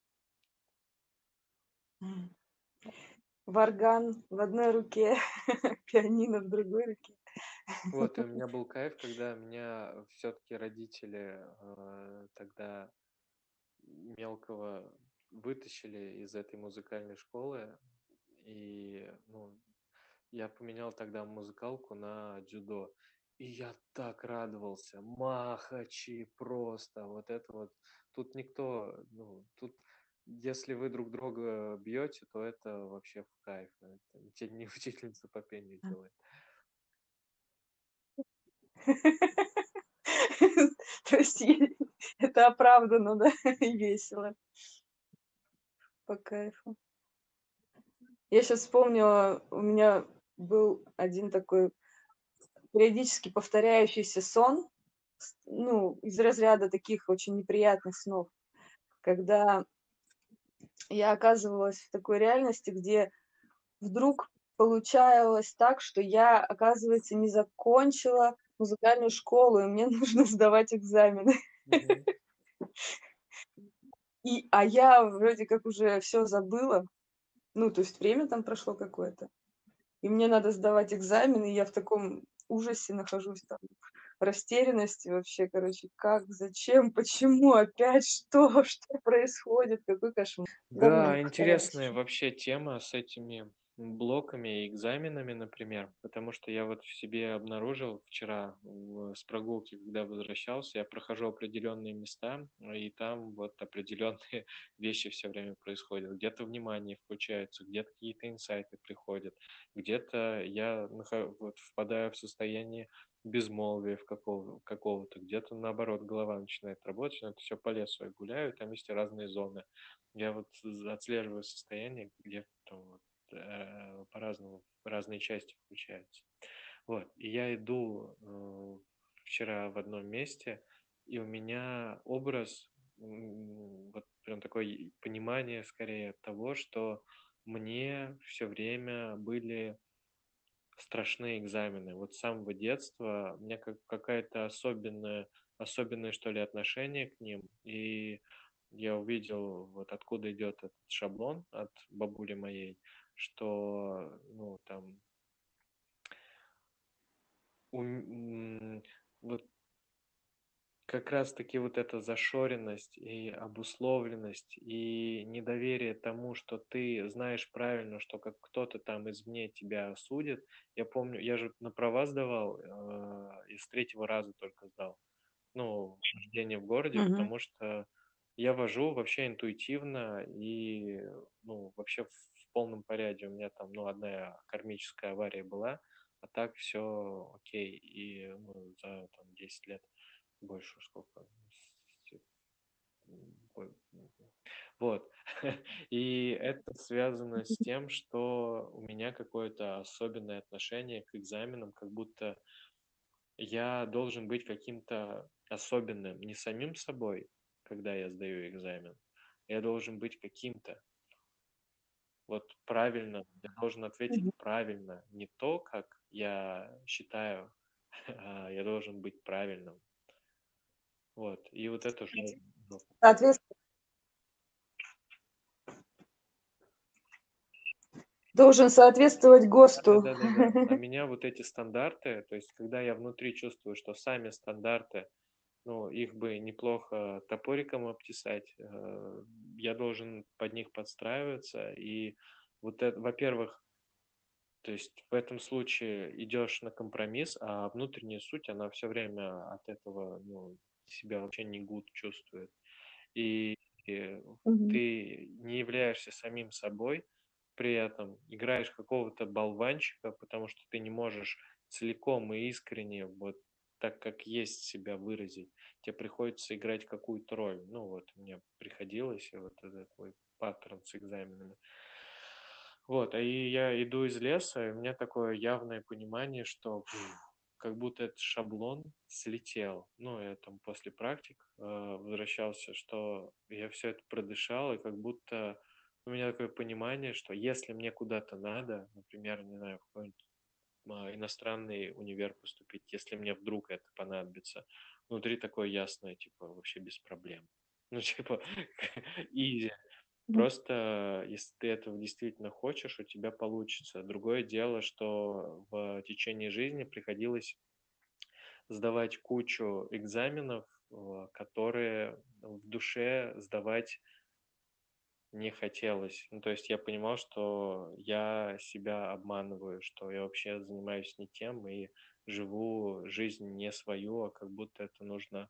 Варган в одной руке, пианино в другой руке. Вот, и у меня был кайф, когда меня все-таки родители тогда мелкого вытащили из этой музыкальной школы. И, ну, я поменял тогда музыкалку на дзюдо. И я так радовался. Махачи просто. Вот это вот. Тут никто, ну, тут если вы друг друга бьете, то это вообще в кайф. Это тебе не учительница по пению делает. То есть это оправдано, да, и весело, по кайфу. Я сейчас вспомнила, у меня был один такой периодически повторяющийся сон, ну, из разряда таких очень неприятных снов, когда я оказывалась в такой реальности, где вдруг получалось так, что я, оказывается, не закончила музыкальную школу, и мне нужно сдавать экзамены. Мгм. А я вроде как уже все забыла, ну, то есть время там прошло какое-то, и мне надо сдавать экзамены, и я в таком ужасе нахожусь, там, растерянности вообще, короче, как, зачем, почему, опять, что происходит, какой кошмар. Давно не Да, повторялось интересная еще. вообще тема с этими блоками и экзаменами, например, потому что я вот в себе обнаружил вчера с прогулки, когда возвращался, я прохожу определенные места, и там вот определенные вещи все время происходят. Где-то внимание включается, где-то какие-то инсайты приходят, где-то я вот впадаю в состояние безмолвия какого-то, где-то наоборот голова начинает работать, но это все по лесу я гуляю, там есть разные зоны. Я вот отслеживаю состояние, где там вот, по-разному, разные части включаются. Вот, и я иду вчера в одном месте, и у меня образ, вот прям такое понимание скорее того, что мне все время были страшные экзамены. Вот с самого детства у меня какая-то особенное, что ли, отношение к ним. И я увидел, вот откуда идет этот шаблон от бабули моей, что, ну, там, вот как раз-таки вот эта зашоренность и обусловленность и недоверие тому, что ты знаешь правильно, что как кто-то там извне тебя судит. Я помню, я же на права сдавал, и с третьего раза только сдал. Ну, вождение в городе, Мгм. потому что Я вожу вообще интуитивно и, ну, вообще в полном порядке. У меня там, ну, одна кармическая авария была, а так все окей. И ну, за там 10 лет больше сколько? Ой, вот. И это связано с тем, что у меня какое-то особенное отношение к экзаменам, как будто я должен быть каким-то особенным, не самим собой, когда я сдаю экзамен. Я должен быть каким-то. Вот правильно, я должен ответить Мгм. правильно. Не то, как я считаю, а я должен быть правильным. Вот. И вот это же... Соответственно, должен соответствовать ГОСТу. Да-да-да-да. А меня вот эти стандарты, то есть когда я внутри чувствую, что сами стандарты, ну, их бы неплохо топориком обтесать, я должен под них подстраиваться. И вот это, во-первых, то есть в этом случае идешь на компромисс, а внутренняя суть, она все время от этого, ну, себя вообще не гуд чувствует. И, и Мгм. ты не являешься самим собой, при этом играешь какого-то болванчика, потому что ты не можешь целиком и искренне вот так, как есть, себя выразить. Тебе приходится играть какую-то роль. Ну вот, мне приходилось, и вот этот мой паттерн с экзаменами. Вот, и я иду из леса, и у меня такое явное понимание, что как будто этот шаблон слетел. Ну, я там после практик возвращался, что я все это продышал, и как будто у меня такое понимание, что если мне куда-то надо, например, не знаю, в какой-нибудь иностранный универ поступить, если мне вдруг это понадобится, внутри такое ясное, типа, вообще без проблем. Ну, типа, изи. Мгм. Просто, если ты этого действительно хочешь, у тебя получится. Другое дело, что в течение жизни приходилось сдавать кучу экзаменов, которые в душе сдавать не хотелось. Ну, то есть я понимал, что я себя обманываю, что я вообще занимаюсь не тем и живу жизнь не свою, а как будто это нужно,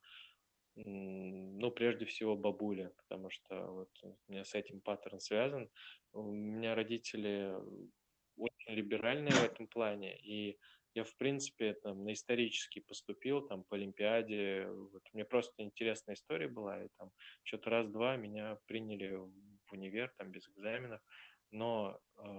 ну, прежде всего, бабуле, потому что вот у меня с этим паттерн связан. У меня родители очень либеральные в этом плане, и я, в принципе, там, на исторический поступил, там, по Олимпиаде. Вот. Мне просто интересная история была, и там что-то раз-два меня приняли в универ, там, без экзаменов. Но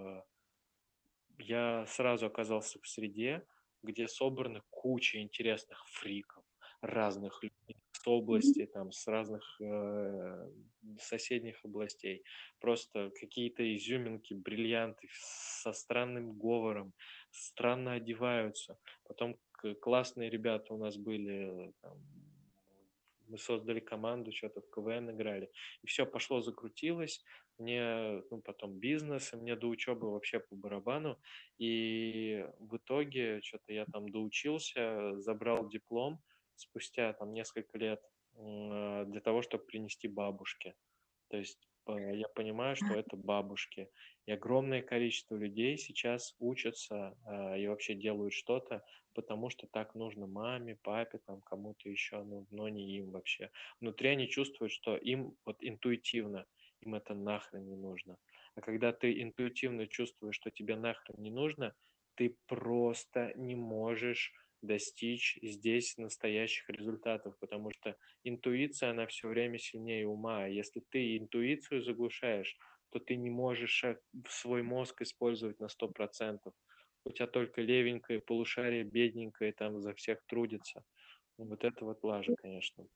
я сразу оказался в среде, где собраны куча интересных фриков, разных людей с Мгм. области, там, с разных соседних областей. Просто какие-то изюминки, бриллианты со странным говором, странно одеваются. Потом классные ребята у нас были, там, мы создали команду, что-то в КВН играли. И все пошло, закрутилось. Мне, ну, потом бизнес, и мне до учебы вообще по барабану. И в итоге что-то я там доучился, забрал диплом спустя там несколько лет для того, чтобы принести бабушке. То есть я понимаю, что это бабушки. И огромное количество людей сейчас учатся и вообще делают что-то, потому что так нужно маме, папе, там кому-то еще, ну, но не им вообще. Внутри они чувствуют, что им вот интуитивно, им это нахрен не нужно. А когда ты интуитивно чувствуешь, что тебе нахрен не нужно, ты просто не можешь достичь здесь настоящих результатов, потому что интуиция, она все время сильнее ума. А если ты интуицию заглушаешь, то ты не можешь свой мозг использовать на 100%. У тебя только левенькое полушарие, бедненькое, там за всех трудится. Вот это вот лажа, конечно.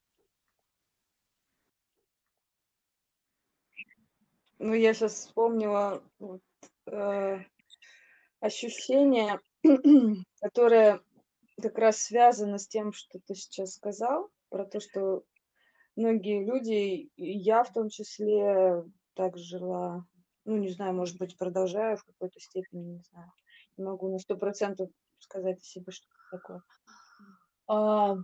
Ну, я сейчас вспомнила вот, э, ощущение, которое как раз связано с тем, что ты сейчас сказал, про то, что многие люди, и я в том числе, так жила, ну, не знаю, может быть, продолжаю в какой-то степени, не знаю, не могу на 100% сказать о себе что-то такое. А,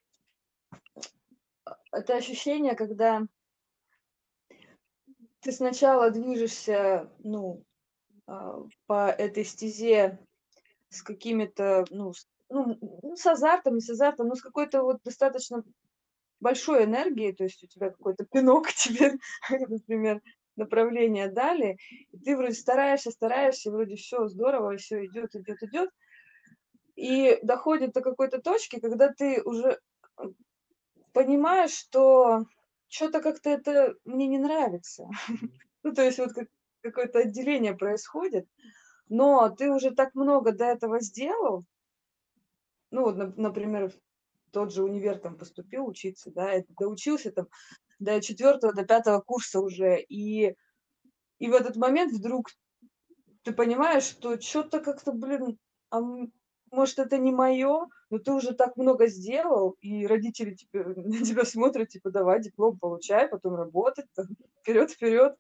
это ощущение, когда ты сначала движешься, ну, по этой стезе с какими-то, ну, с азартом, не с азартом, но с какой-то вот достаточно большой энергией, то есть у тебя какой-то пинок тебе, например, направление дали, и ты вроде стараешься, вроде все здорово, все идет, и доходит до какой-то точки, когда ты уже понимаешь, что что-то как-то это мне не нравится. Ну, то есть вот какое-то отделение происходит, но ты уже так много до этого сделал, ну, вот, например, в тот же универ там поступил учиться, да, и доучился там до 4-го, до 5-го курса уже, и в этот момент вдруг ты понимаешь, что что-то как-то, блин, может, это не мое, но ты уже так много сделал, и родители на тебя смотрят, типа, давай диплом получай, потом работать, вперед.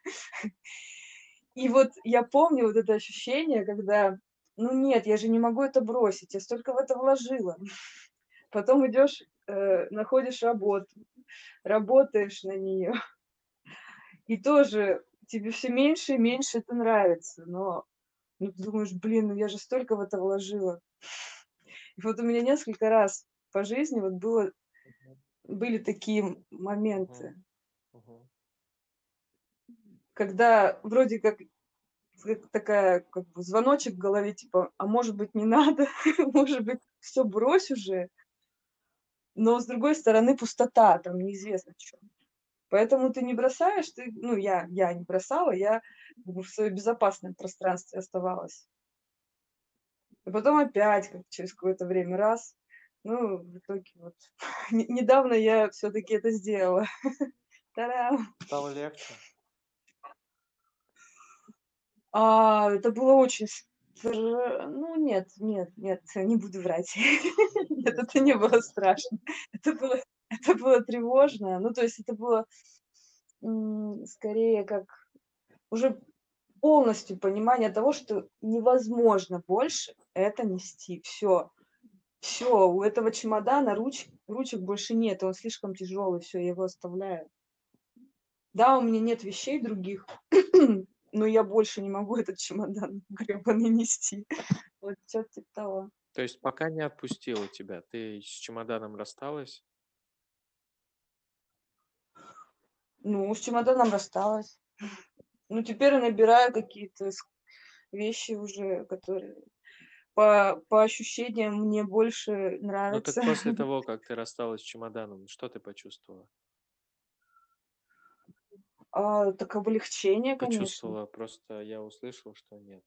И вот я помню вот это ощущение, когда, ну нет, я же не могу это бросить, я столько в это вложила. Потом идешь, находишь работу, работаешь на нее, и тоже тебе все меньше и меньше это нравится, но ну, ты думаешь, блин, ну я же столько в это вложила. И вот у меня несколько раз по жизни вот были такие моменты, когда вроде как такая как бы звоночек в голове, типа, а может быть не надо, может быть все брось уже, но с другой стороны пустота, там неизвестно что. Поэтому ты не бросаешь, ну я не бросала, я в своем безопасном пространстве оставалась. И потом опять, как через какое-то время, раз. Ну, в итоге вот недавно я все-таки это сделала. Та-дам! Стало легче? Это было очень... Ну, нет, не буду врать. Нет, это не было страшно. Это было тревожно. Ну, то есть это было скорее как уже полностью понимание того, что невозможно больше это нести. Все, у этого чемодана ручек больше нет, он слишком тяжелый, все, я его оставляю. Да, у меня нет вещей других, но я больше не могу этот чемодан гребаный нести. Вот что-то типа того. То есть пока не отпустила тебя, ты с чемоданом рассталась? Ну, с чемоданом рассталась. Ну, теперь я набираю какие-то вещи уже, которые по ощущениям мне больше Ну так нравятся. после того, как ты рассталась с чемоданом, что ты почувствовала? Так облегчение, конечно. Почувствовала, просто я услышал, что нет.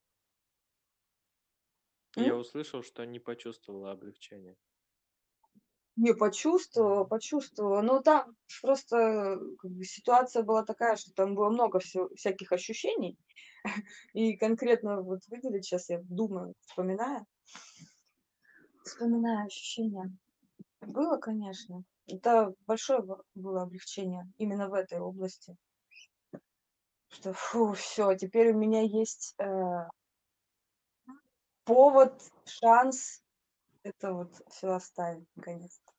М? Я услышал, что не почувствовала облегчения. Не, почувствовала. Ну, там просто как бы ситуация была такая, что там было много всяких ощущений. И конкретно вот выделить сейчас я думаю, вспоминаю ощущения. Было, конечно. Это большое было облегчение именно в этой области. Что, фу, все, теперь у меня есть повод, шанс это вот все оставить наконец-то.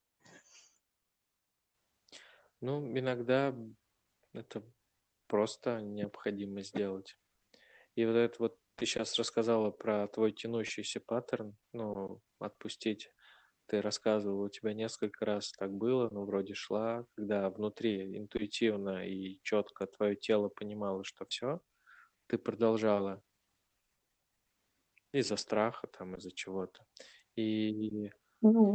Ну, иногда это просто необходимо сделать. И вот это вот ты сейчас рассказала про твой тянущийся паттерн, ну, отпустить. Ты рассказывала, у тебя несколько раз так было, ну, вроде шла, когда внутри интуитивно и четко твое тело понимало, что все, ты продолжала из-за страха, там, из-за чего-то. И Мгм.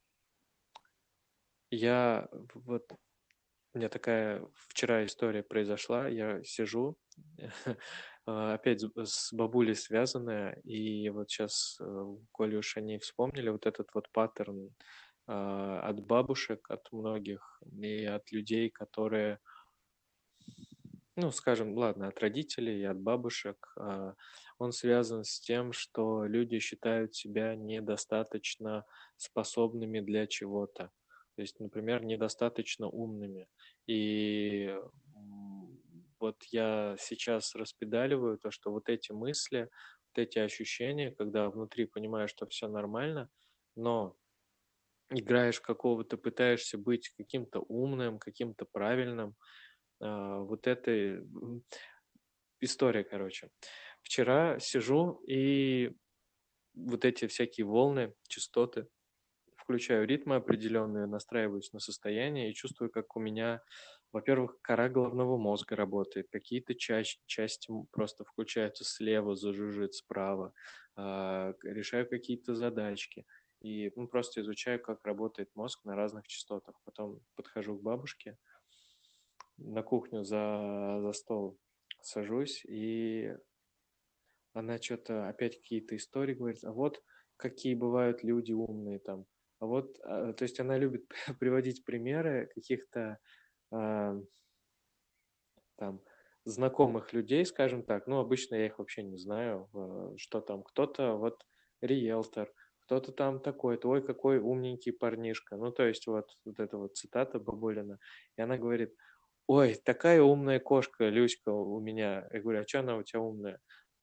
я вот, у меня такая вчера история произошла, я сижу, опять с бабулей связанная, и вот сейчас, коли уж они вспомнили вот этот вот паттерн от бабушек, от многих, и от людей, которые, ну, скажем, ладно, от родителей и от бабушек, он связан с тем, что люди считают себя недостаточно способными для чего-то. То есть, например, недостаточно умными. И вот я сейчас распедаливаю то, что вот эти мысли, вот эти ощущения, когда внутри понимаешь, что все нормально, но играешь в какого-то, пытаешься быть каким-то умным, каким-то правильным, вот эта история, короче. Вчера сижу, и вот эти всякие волны, частоты включаю ритмы определенные, настраиваюсь на состояние и чувствую, как у меня, во-первых, кора головного мозга работает, какие-то части просто включаются слева, зажужжит справа, решаю какие-то задачки. И просто изучаю, как работает мозг на разных частотах. Потом подхожу к бабушке, на кухню за стол сажусь, и она что-то опять какие-то истории говорит, а вот какие бывают люди умные там. А вот, то есть она любит приводить примеры каких-то а, там знакомых людей, скажем так. Ну, обычно я их вообще не знаю, что там. Кто-то вот риэлтор, кто-то там такой-то, ой, какой умненький парнишка. Ну, то есть вот эта вот цитата бабулина. И она говорит, ой, такая умная кошка, Люська у меня. Я говорю, а что она у тебя умная?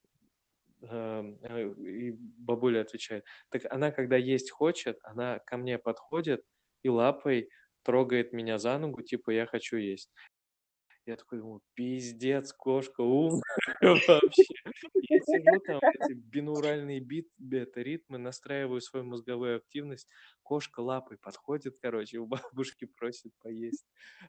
И бабуля отвечает, так она, когда есть хочет, она ко мне подходит и лапой трогает меня за ногу, типа, я хочу есть. Я такой думаю, пиздец, кошка умная вообще. Я сижу там, эти бинуральные ритмы, настраиваю свою мозговую активность. Кошка лапой подходит, короче, у бабушки просит поесть.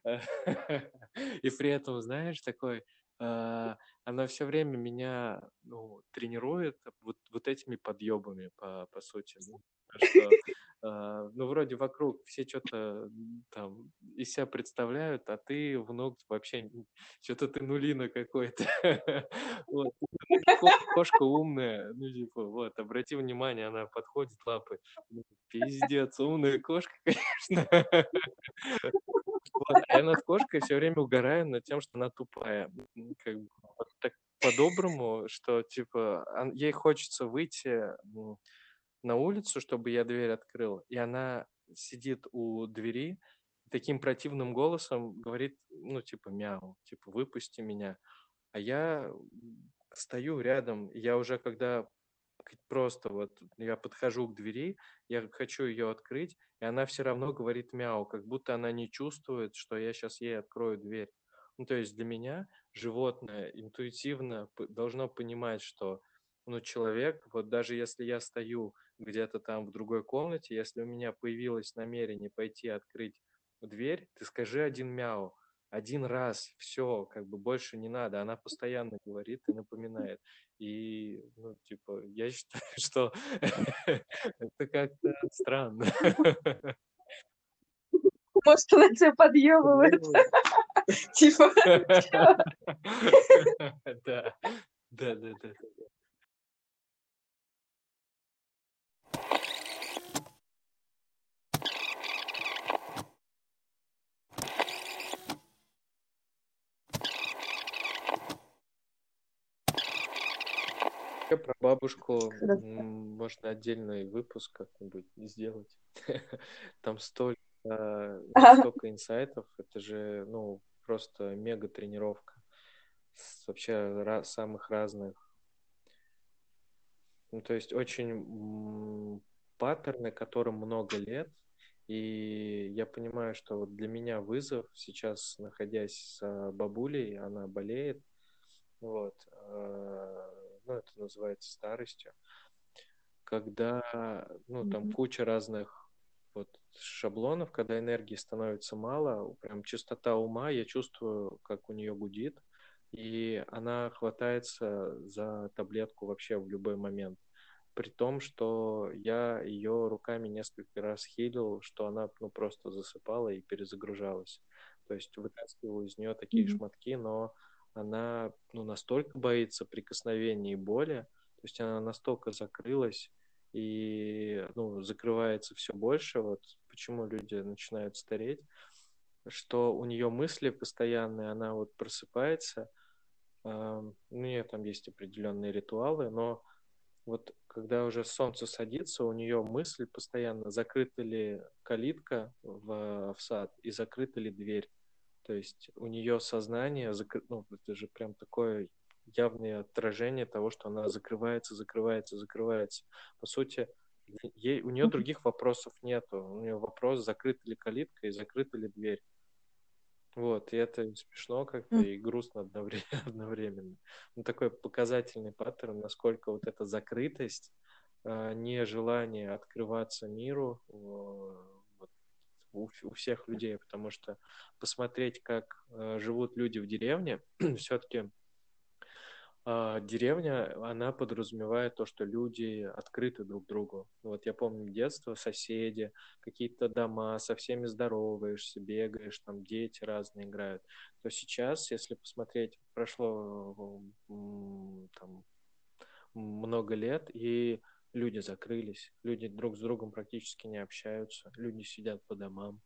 И при этом, знаешь, такой, она все время меня, тренирует вот этими подъебами, по сути. Что, вроде вокруг все что-то там из себя представляют, а ты, внук, вообще что-то ты нулина какой-то. Вот. Кошка умная, ну, типа, вот, обрати внимание, она подходит лапой. Пиздец, умная кошка, конечно. Вот. А я над кошкой все время угораю над тем, что она тупая. Как бы вот так по-доброму, что, типа, ей хочется выйти на улицу, чтобы я дверь открыл, и она сидит у двери, таким противным голосом говорит, ну, типа, мяу, типа, выпусти меня. А я стою рядом, и я уже когда просто вот я подхожу к двери, я хочу ее открыть, и она все равно говорит мяу, как будто она не чувствует, что я сейчас ей открою дверь. Ну, то есть для меня животное интуитивно должно понимать, что человек, вот даже если я стою где-то там в другой комнате, если у меня появилось намерение пойти открыть дверь, ты скажи один мяу, один раз, все, как бы больше не надо. Она постоянно говорит и напоминает. И, типа, я считаю, что это как-то странно. Может, она тебя подъебывает. Типа, Да, да, да, да. Про бабушку можно отдельный выпуск как-нибудь сделать. Там столько инсайтов. Это же, просто мега тренировка. Вообще самых разных. То есть очень паттерны, которым много лет. И я понимаю, что вот для меня вызов сейчас, находясь с бабулей, она болеет, вот, это называется старостью, когда, там куча разных вот шаблонов, когда энергии становится мало, прям чистота ума, я чувствую, как у нее гудит, и она хватается за таблетку вообще в любой момент. При том, что я ее руками несколько раз хилил, что она просто засыпала и перезагружалась. То есть вытаскивал из нее такие шматки, но она настолько боится прикосновений и боли, то есть она настолько закрылась и закрывается все больше, вот почему люди начинают стареть, что у нее мысли постоянные, она вот просыпается, у нее там есть определенные ритуалы, но вот когда уже солнце садится, у нее мысль постоянно, закрыта ли калитка в сад и закрыта ли дверь. То есть у нее сознание, это же прям такое явное отражение того, что она закрывается, закрывается, закрывается. По сути, у нее других вопросов нету. У нее вопрос, закрыта ли калитка и закрыта ли дверь. Вот, и это смешно как-то и грустно одновременно. Такой показательный паттерн, насколько вот эта закрытость, нежелание открываться миру вот, у всех людей, потому что посмотреть, как живут люди в деревне, все-таки деревня, она подразумевает то, что люди открыты друг другу. Вот я помню детство, соседи, какие-то дома, со всеми здороваешься, бегаешь, там дети разные играют. То сейчас, если посмотреть, прошло там много лет, и люди закрылись, люди друг с другом практически не общаются, люди сидят по домам.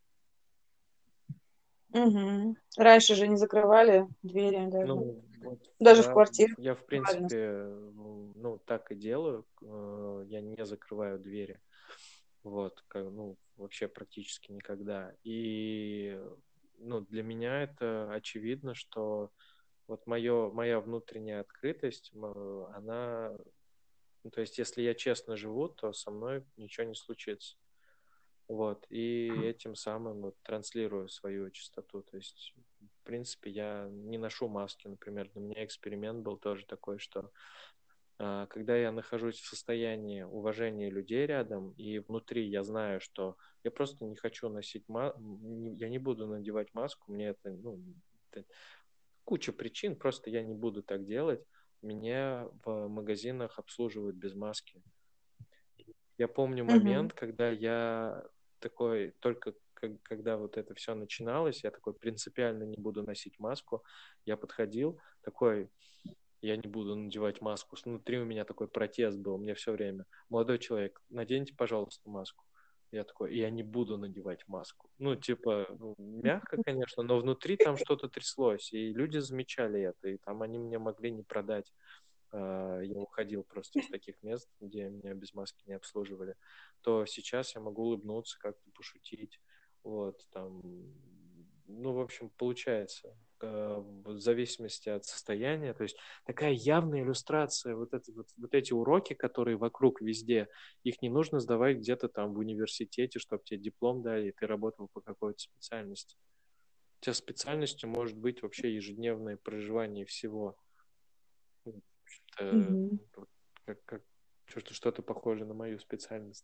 Мгм. Раньше же не закрывали двери даже. Ну, вот Даже в квартире. я в Правильно. принципе, ну, так и делаю, я не закрываю двери, вот, ну, вообще практически никогда. И, ну, для меня это очевидно, что вот моя внутренняя открытость, она, ну, то есть, если я честно живу, то со мной ничего не случится. Вот, и этим самым вот транслирую свою чистоту. То есть, в принципе, я не ношу маски, например. Для меня эксперимент был тоже такой, что когда я нахожусь в состоянии уважения людей рядом, и внутри я знаю, что я просто не хочу носить я не буду надевать маску, мне это, ну, это куча причин, просто я не буду так делать. Меня в магазинах обслуживают без маски. Я помню Мгм. момент, когда я такой, только когда вот это все начиналось, я такой принципиально не буду носить маску. Я подходил, такой, я не буду надевать маску. Внутри у меня такой протест был, мне все время. Молодой человек, наденьте, пожалуйста, маску. Я такой, я не буду надевать маску. Ну, типа, ну, мягко, конечно, но внутри там что-то тряслось, и люди замечали это, и там они мне могли не продать. Я уходил просто из таких мест, где меня без маски не обслуживали, то сейчас я могу улыбнуться, как-то пошутить, вот, там, ну, в общем, получается, в зависимости от состояния, то есть такая явная иллюстрация, вот эти уроки, которые вокруг везде, их не нужно сдавать где-то там в университете, чтобы тебе диплом дали, и ты работал по какой-то специальности. У тебя специальностью может быть вообще ежедневное проживание всего. В общем-то, Мгм. вот как что-то похожее на мою специальность.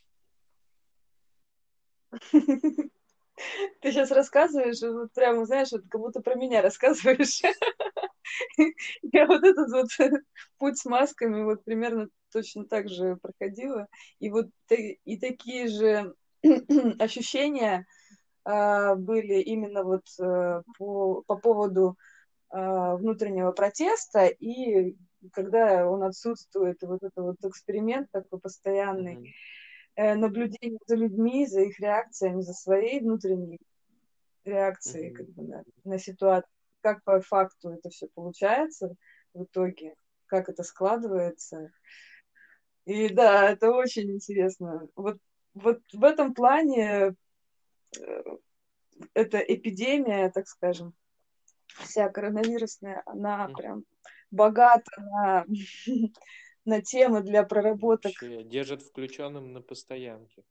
Ты сейчас рассказываешь, и вот прямо, знаешь, вот как будто про меня рассказываешь. Я вот этот вот путь с масками вот примерно точно так же проходила. И вот и такие же ощущения были именно вот по поводу внутреннего протеста, и когда он отсутствует, вот это вот эксперимент такой постоянный, Мгм. наблюдение за людьми, за их реакциями, за своей внутренней реакцией Мгм. как бы на ситуацию, как по факту это все получается в итоге, как это складывается. И да, это очень интересно. Вот в этом плане э, эта эпидемия, так скажем, вся коронавирусная, она Мгм. прям богата на, на темы для проработок. Вообще держит включенным на постоянке.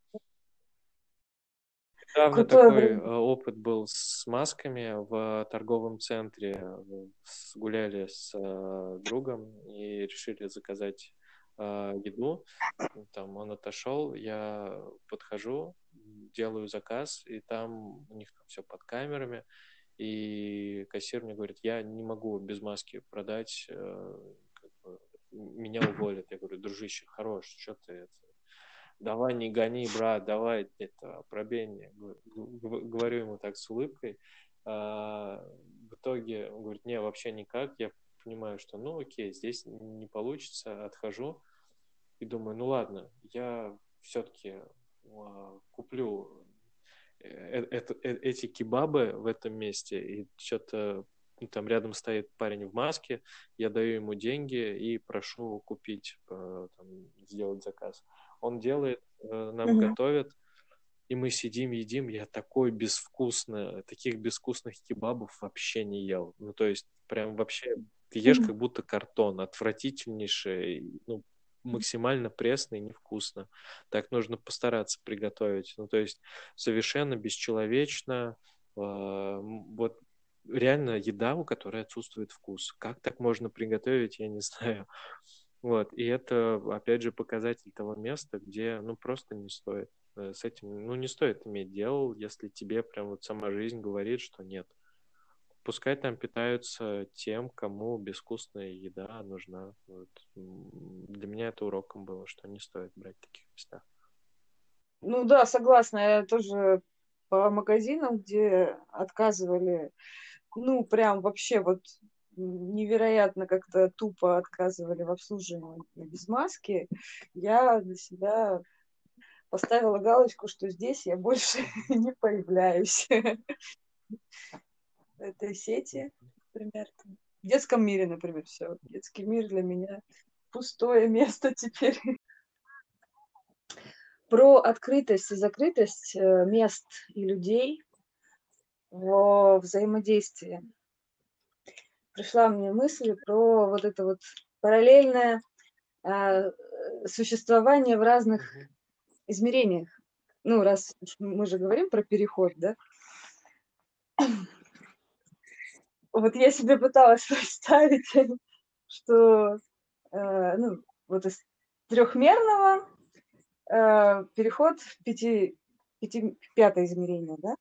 Недавно Крутое такой время. опыт был с масками в торговом центре. Гуляли с другом и решили заказать еду. Там он отошел, я подхожу, делаю заказ, и там у них там все под камерами. И кассир мне говорит, я не могу без маски продать, как бы, меня уволят. Я говорю, дружище, хорош, что ты это? Давай не гони, брат, давай это, пробей мне. Говорю ему так с улыбкой. В итоге он говорит, не, вообще никак. Я понимаю, что ну окей, здесь не получится, отхожу. И думаю, ну ладно, я все-таки куплю эти кебабы в этом месте, и что-то ну, там рядом стоит парень в маске, я даю ему деньги и прошу купить, там, сделать заказ. Он делает, нам Мгм. готовит, и мы сидим, едим, я таких безвкусных кебабов вообще не ел. Ну, то есть, прям вообще, ты ешь Мгм. как будто картон, отвратительнейший, ну, максимально пресно и невкусно. Так нужно постараться приготовить. Ну, то есть, совершенно бесчеловечно. Вот реально еда, у которой отсутствует вкус. Как так можно приготовить, я не знаю. Вот, и это, опять же, показатель того места, где, ну, просто не стоит с этим, ну, не стоит иметь дело, если тебе прям вот сама жизнь говорит, что нет. Пускай там питаются тем, кому безвкусная еда нужна. Вот. Для меня это уроком было, что не стоит брать в таких местах. Ну да, согласна. Я тоже по магазинам, где отказывали, ну прям вообще вот невероятно как-то тупо отказывали в обслуживании без маски, я для себя поставила галочку, что здесь я больше не появляюсь в этой сети, например. В детском мире, например, все. Детский мир для меня пустое место теперь. Про открытость и закрытость мест и людей во взаимодействии. Пришла мне мысль про вот это вот параллельное существование в разных измерениях. Ну, раз мы же говорим про переход, да? Вот я себе пыталась представить, что ну, вот из трехмерного переход в пятое измерение, да?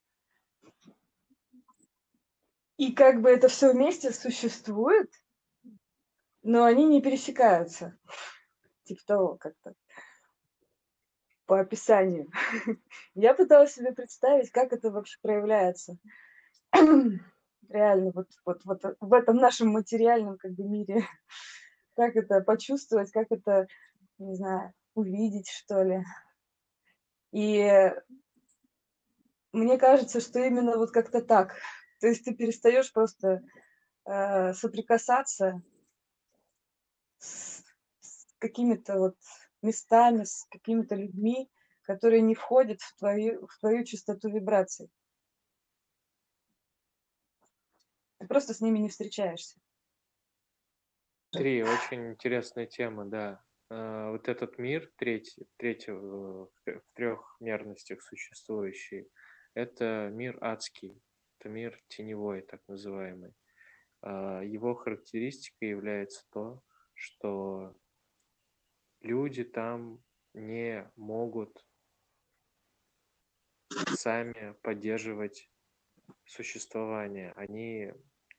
И как бы это все вместе существует, но они не пересекаются. Типа того как-то по описанию. Я пыталась себе представить, как это вообще проявляется. Реально, вот в этом нашем материальном как бы мире. Как это почувствовать, как это, не знаю, увидеть, что ли. И мне кажется, что именно вот как-то так. То есть ты перестаешь просто соприкасаться с какими-то вот местами, с какими-то людьми, которые не входят в твою частоту вибраций. Ты просто с ними не встречаешься. Очень интересная тема, да. Вот этот мир, третий в трехмерностях существующий, это мир адский, это мир теневой, так называемый. Его характеристикой является то, что люди там не могут сами поддерживать существование. Они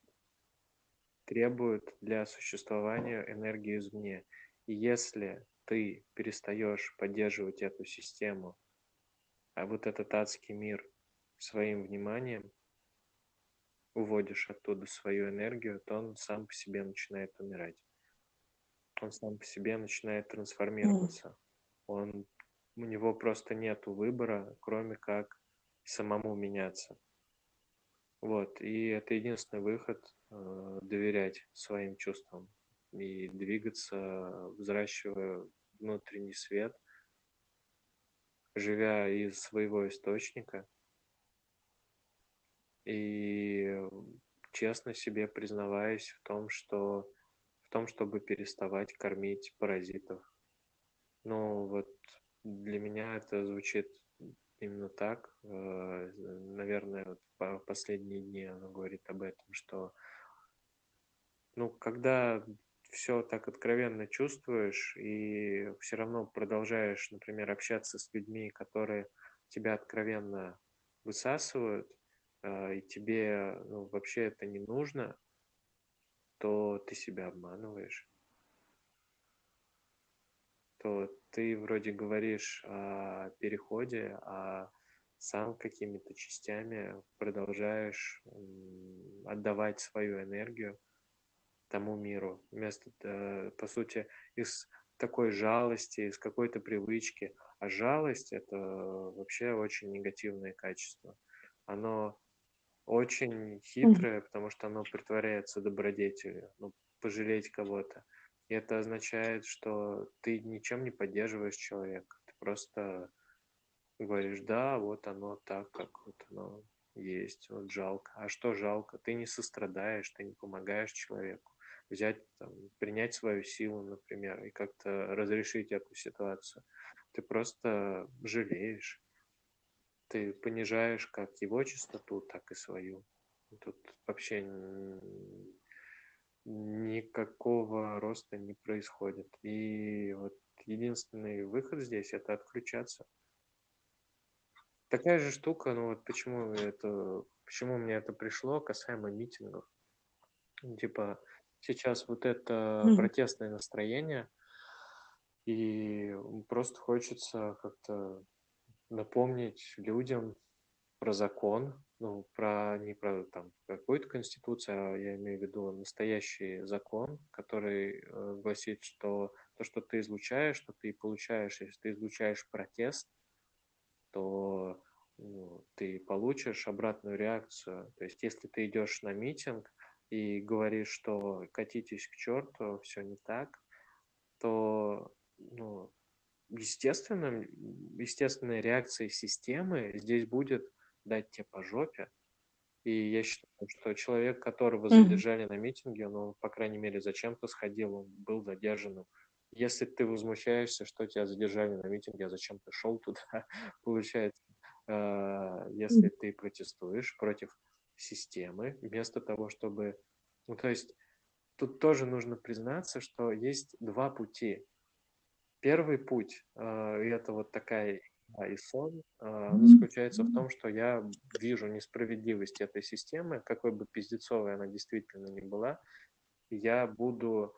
требуют для существования энергии извне. И если ты перестаешь поддерживать эту систему, а вот этот адский мир своим вниманием, уводишь оттуда свою энергию, то он сам по себе начинает умирать. Он сам по себе начинает трансформироваться. У него просто нет выбора, кроме как самому меняться. Вот, и это единственный выход доверять своим чувствам и двигаться, взращивая внутренний свет, живя из своего источника и честно себе признаваясь в том, чтобы переставать кормить паразитов. Ну, вот для меня это звучит именно так. Наверное, вот в последние дни оно говорит об этом, что, ну, когда все так откровенно чувствуешь и все равно продолжаешь, например, общаться с людьми, которые тебя откровенно высасывают, и тебе, ну, вообще это не нужно, то ты себя обманываешь. То ты вроде говоришь о переходе, а сам какими-то частями продолжаешь отдавать свою энергию тому миру. По сути, из такой жалости, из какой-то привычки. А жалость — это вообще очень негативное качество. Оно очень хитрое, потому что оно притворяется добродетелью. Ну, пожалеть кого-то. И это означает, что ты ничем не поддерживаешь человека. Ты просто говоришь, да, вот оно так, как вот оно есть, вот жалко. А что жалко? Ты не сострадаешь, ты не помогаешь человеку взять, там, принять свою силу, например, и как-то разрешить эту ситуацию. Ты просто жалеешь. Ты понижаешь как его частоту, так и свою. Тут вообще никакого роста не происходит. И вот единственный выход здесь — это отключаться. Такая же штука, ну вот почему мне это пришло касаемо митингов. Типа сейчас вот это Мгм. протестное настроение, и просто хочется как-то напомнить людям про закон, ну, не про там какую-то конституцию, а я имею в виду настоящий закон, который гласит, что то, что ты излучаешь, что ты и получаешь. Если ты излучаешь протест, то ты получишь обратную реакцию. То есть, если ты идешь на митинг и говоришь, что катитесь к черту, все не так, то естественной реакцией системы здесь будет дать тебе по жопе. И я считаю, что человек, которого Мгм. задержали на митинге, он, по крайней мере, зачем-то сходил, он был задержанным. Если ты возмущаешься, что тебя задержали на митинге, а зачем ты шел туда, получается, если Мгм. ты протестуешь против системы, вместо того, чтобы... Ну, то есть тут тоже нужно признаться, что есть два пути. Первый путь, и это вот такая игра и сон, она заключается в том, что я вижу несправедливость этой системы, какой бы пиздецовой она действительно ни была, и я буду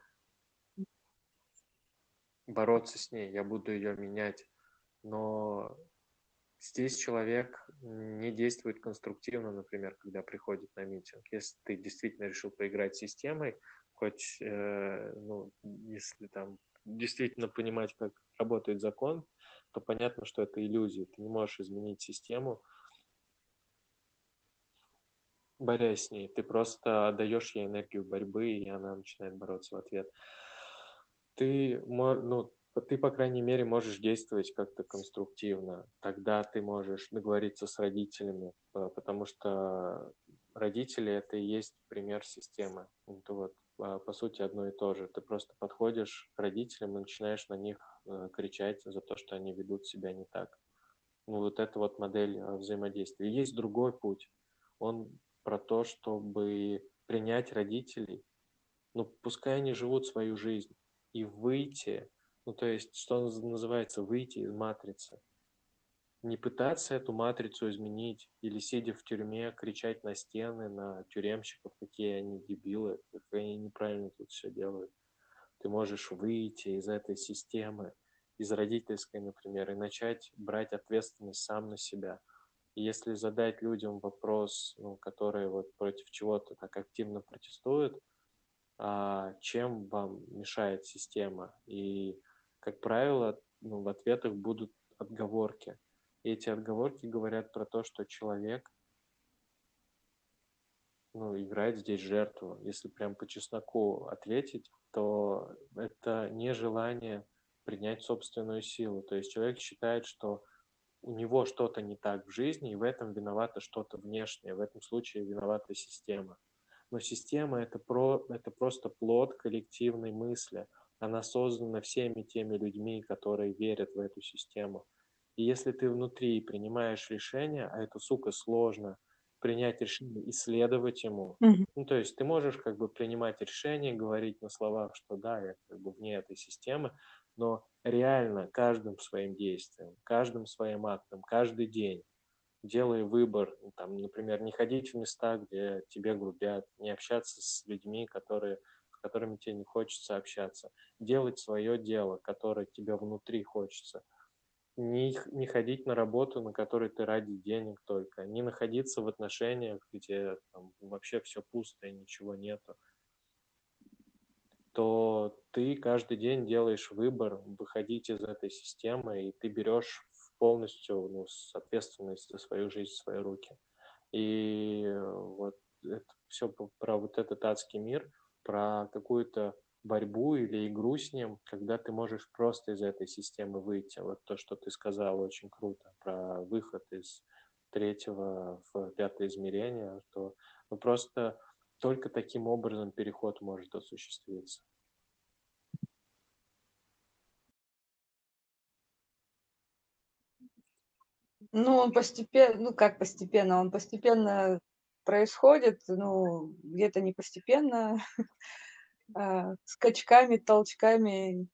бороться с ней, я буду ее менять. Но здесь человек не действует конструктивно, например, когда приходит на митинг. Если ты действительно решил поиграть с системой, хоть, если там действительно понимать, как работает закон, то понятно, что это иллюзия. Ты не можешь изменить систему, борясь с ней. Ты просто отдаешь ей энергию борьбы, и она начинает бороться в ответ. Ты, по крайней мере, можешь действовать как-то конструктивно. Тогда ты можешь договориться с родителями, потому что родители — это и есть пример системы. Это вот, по сути, одно и то же. Ты просто подходишь к родителям и начинаешь на них кричать за то, что они ведут себя не так. Ну, вот это вот модель взаимодействия. И есть другой путь. Он про то, чтобы принять родителей, ну, пускай они живут свою жизнь, и выйти, ну, то есть, что называется, выйти из матрицы. Не пытаться эту матрицу изменить или, сидя в тюрьме, кричать на стены, на тюремщиков, какие они дебилы, как они неправильно тут все делают. Ты можешь выйти из этой системы, из родительской, например, и начать брать ответственность сам на себя. И если задать людям вопрос, которые вот против чего-то так активно протестуют, чем вам мешает система. И, как правило, в ответах будут отговорки. И эти отговорки говорят про то, что человек играет здесь жертву. Если прям по чесноку ответить, то это нежелание принять собственную силу. То есть человек считает, что у него что-то не так в жизни, и в этом виновато что-то внешнее. В этом случае виновата система. Но система — это просто плод коллективной мысли. Она создана всеми теми людьми, которые верят в эту систему. И если ты внутри принимаешь решение, а это, сука, сложно, принять решение, исследовать ему. Мгм. Ну, то есть ты можешь как бы принимать решение, говорить на словах, что да, я как бы вне этой системы, но реально каждым своим действием, каждым своим актом, каждый день делай выбор, там, например, не ходить в места, где тебе грубят, не общаться с людьми, с которыми тебе не хочется общаться, делать свое дело, которое тебе внутри хочется, не ходить на работу, на которой ты ради денег только, не находиться в отношениях, где там, вообще все пусто и ничего нету, то ты каждый день делаешь выбор выходить из этой системы, и ты берешь полностью ответственность за свою жизнь в свои руки. И вот это все про вот этот адский мир, про какую-то борьбу или игру с ним, когда ты можешь просто из этой системы выйти. Вот то, что ты сказал, очень круто, про выход из третьего в пятое измерение, что просто только таким образом переход может осуществиться. Ну, он постепенно, ну как постепенно, он постепенно происходит, ну, где-то не постепенно, скачками, толчками.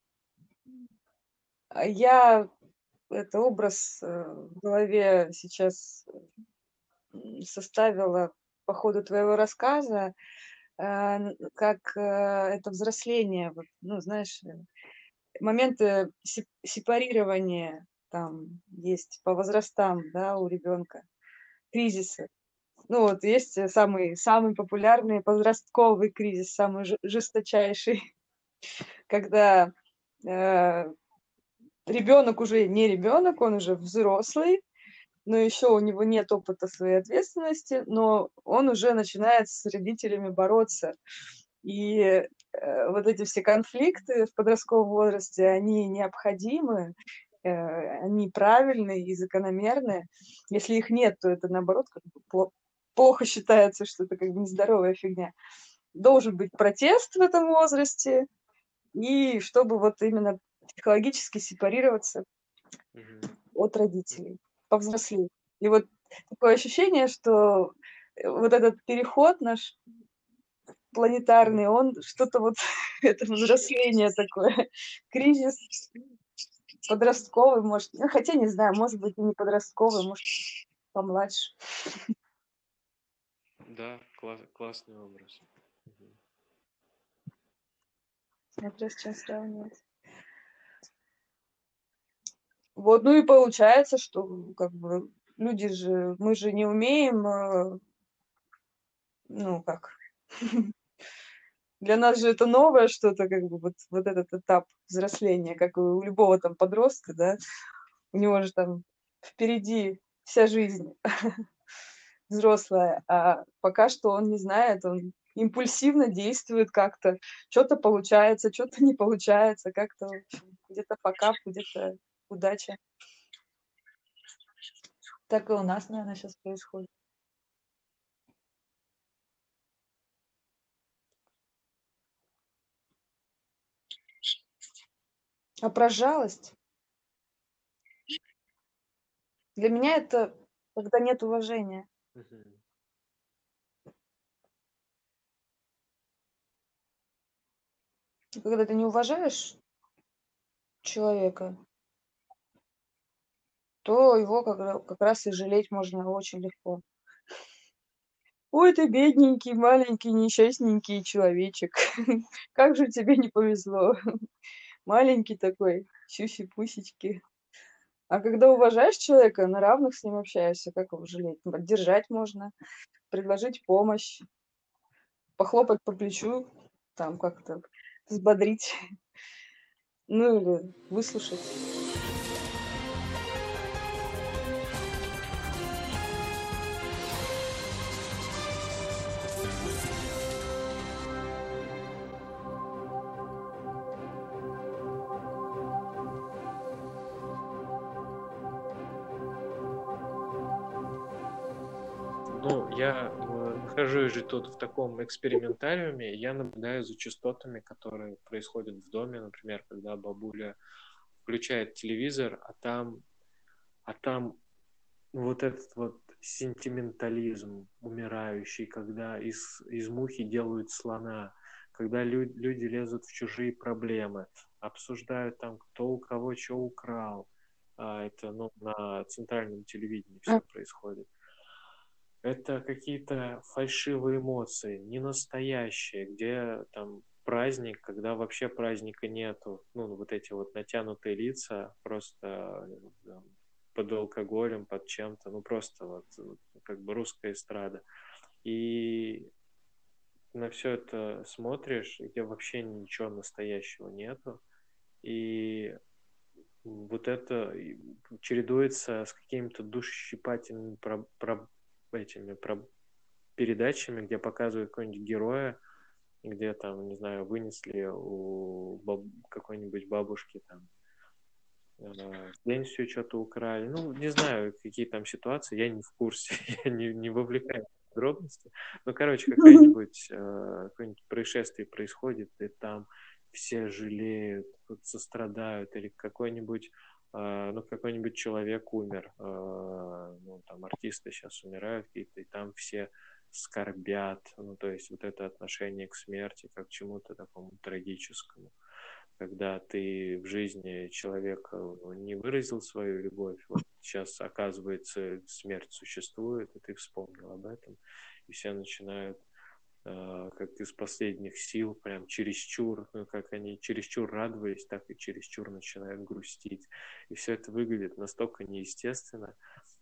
Я это образ в голове сейчас составила по ходу твоего рассказа, как это взросление, вот, ну, знаешь, моменты сепарирования там есть по возрастам, да, у ребенка, кризисы. Ну вот есть самый популярный подростковый кризис, самый жесточайший, когда ребенок уже не ребенок, он уже взрослый, но еще у него нет опыта своей ответственности, но он уже начинает с родителями бороться. И вот эти все конфликты в подростковом возрасте, они необходимы, они правильные и закономерные. Если их нет, то это наоборот как бы плохо считается, что это как бы нездоровая фигня. Должен быть протест в этом возрасте, и чтобы вот именно психологически сепарироваться от родителей, повзрослеть. И вот такое ощущение, что вот этот переход наш планетарный, он что-то вот, это взросление такое, кризис подростковый, может, ну, хотя не знаю, может быть, и не подростковый, может, помладше. Да, классный образ. Смотря с чем сравнивать. Вот, ну и получается, что как бы люди же, мы же не умеем, ну как, для нас же это новое что-то, как бы вот этот этап взросления, как у любого там подростка, да, у него же там впереди вся жизнь взрослая, а пока что он не знает, он импульсивно действует как-то, что-то получается, что-то не получается, как-то в общем, где-то факап, где-то удача. Так и у нас, наверное, сейчас происходит. А про жалость? Для меня это когда нет уважения. Когда ты не уважаешь человека, то его как раз и жалеть можно очень легко. Ой, ты бедненький, маленький, несчастненький человечек. Как же тебе не повезло. Маленький такой, сюси-пусечки. А когда уважаешь человека, на равных с ним общаешься, как его жалеть? Поддержать можно, предложить помощь, похлопать по плечу, там как-то взбодрить, ну или выслушать. Ну, я нахожусь же тут в таком экспериментариуме, я наблюдаю за частотами, которые происходят в доме, например, когда бабуля включает телевизор, а там вот этот вот сентиментализм умирающий, когда из мухи делают слона, когда люди лезут в чужие проблемы, обсуждают там, кто у кого что украл. Это на центральном телевидении все происходит. Это какие-то фальшивые эмоции, не настоящие, где там праздник, когда вообще праздника нету. Ну, вот эти вот натянутые лица, просто там, под алкоголем, под чем-то, ну, просто вот как бы русская эстрада. И на все это смотришь, где вообще ничего настоящего нету. И вот это чередуется с какими-то душещипательными передачами, где показывают какого-нибудь героя, где там, не знаю, вынесли у какой-нибудь бабушки там пенсию что-то украли. Ну, не знаю, какие там ситуации, я не в курсе, я не вовлекаюсь в подробности. Ну, короче, какое-нибудь происшествие происходит, и там все жалеют, сострадают, или какой-нибудь человек умер, ну, там артисты сейчас умирают какие-то, и там все скорбят, ну, то есть вот это отношение к смерти как к чему-то такому трагическому. Когда ты в жизни человека не выразил свою любовь, вот сейчас, оказывается, смерть существует, и ты вспомнил об этом, и все начинают как из последних сил, прям чересчур, ну, как они чересчур радовались, так и чересчур начинают грустить. И все это выглядит настолько неестественно.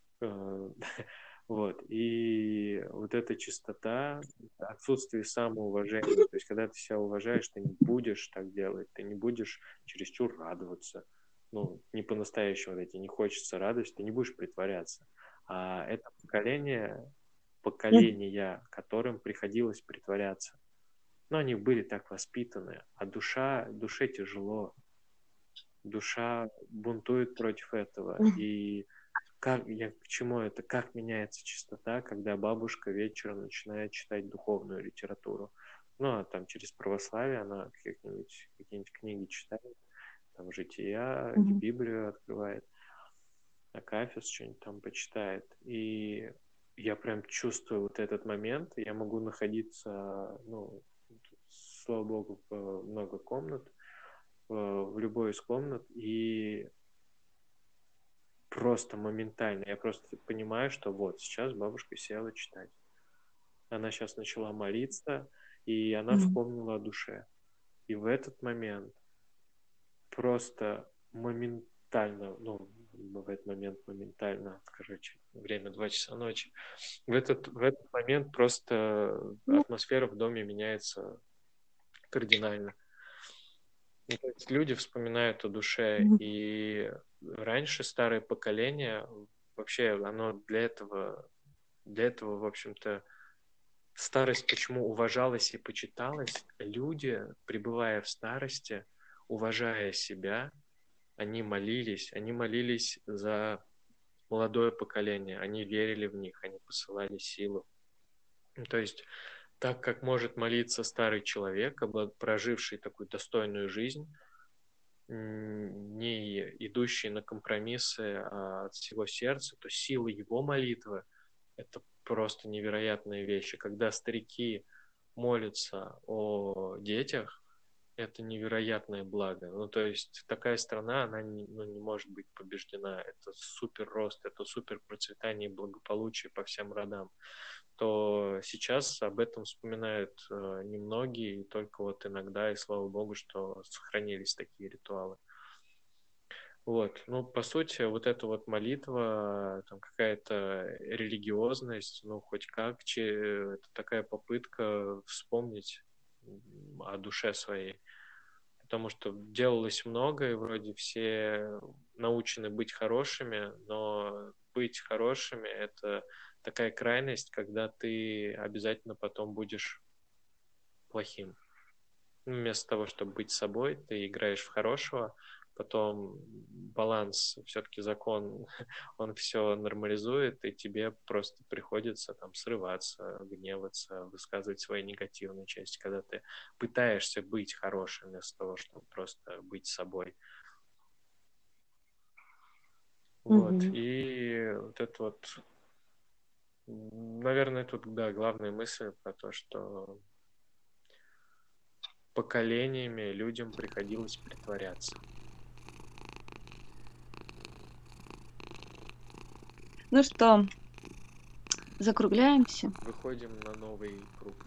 Вот. И вот эта чистота, отсутствие самоуважения, то есть когда ты себя уважаешь, ты не будешь так делать, ты не будешь чересчур радоваться. Ну, не по-настоящему, вот эти не хочется радовать, ты не будешь притворяться. А это поколения, которым приходилось притворяться. Но они были так воспитаны, а душе тяжело. Душа бунтует против этого. И к чему это? Как меняется чистота, когда бабушка вечером начинает читать духовную литературу? Ну, а там через православие она какие-нибудь книги читает, там жития, Библию открывает, Акафист что-нибудь там почитает. И я прям чувствую вот этот момент. Я могу находиться, ну, слава богу, много комнат, в любой из комнат, и просто моментально. Я просто понимаю, что вот сейчас бабушка села читать. Она сейчас начала молиться, и она вспомнила о душе. И в этот момент просто моментально, ну, в этот момент моментально, короче, время 2 часа ночи. В этот момент просто атмосфера в доме меняется кардинально. Ну, то есть люди вспоминают о душе, и раньше старое поколение вообще, оно для этого, в общем-то, старость почему уважалась и почиталась? Люди, пребывая в старости, уважая себя, они молились за молодое поколение, они верили в них, они посылали силу. Ну, то есть так как может молиться старый человек, проживший такую достойную жизнь, не идущий на компромиссы от всего сердца, то сила его молитвы — это просто невероятные вещи. Когда старики молятся о детях, это невероятное благо. Ну, то есть такая страна, она не может быть побеждена. Это супер рост, это супер процветание и благополучие по всем родам. То сейчас об этом вспоминают немногие, и только вот иногда, и слава богу, что сохранились такие ритуалы. Вот, ну, по сути, вот эта вот молитва, там какая-то религиозность, ну, хоть как, это такая попытка вспомнить о душе своей. Потому что делалось много, и вроде все научены быть хорошими, но быть хорошими — это такая крайность, когда ты обязательно потом будешь плохим. Вместо того, чтобы быть собой, ты играешь в хорошего, потом баланс, все-таки закон, он все нормализует, и тебе просто приходится там срываться, гневаться, высказывать свои негативные части, когда ты пытаешься быть хорошим вместо того, чтобы просто быть собой. Вот, и вот это вот, наверное, тут, да, главная мысль про то, что поколениями людям приходилось притворяться. Ну что, закругляемся? Выходим на новый круг.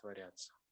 растворяться.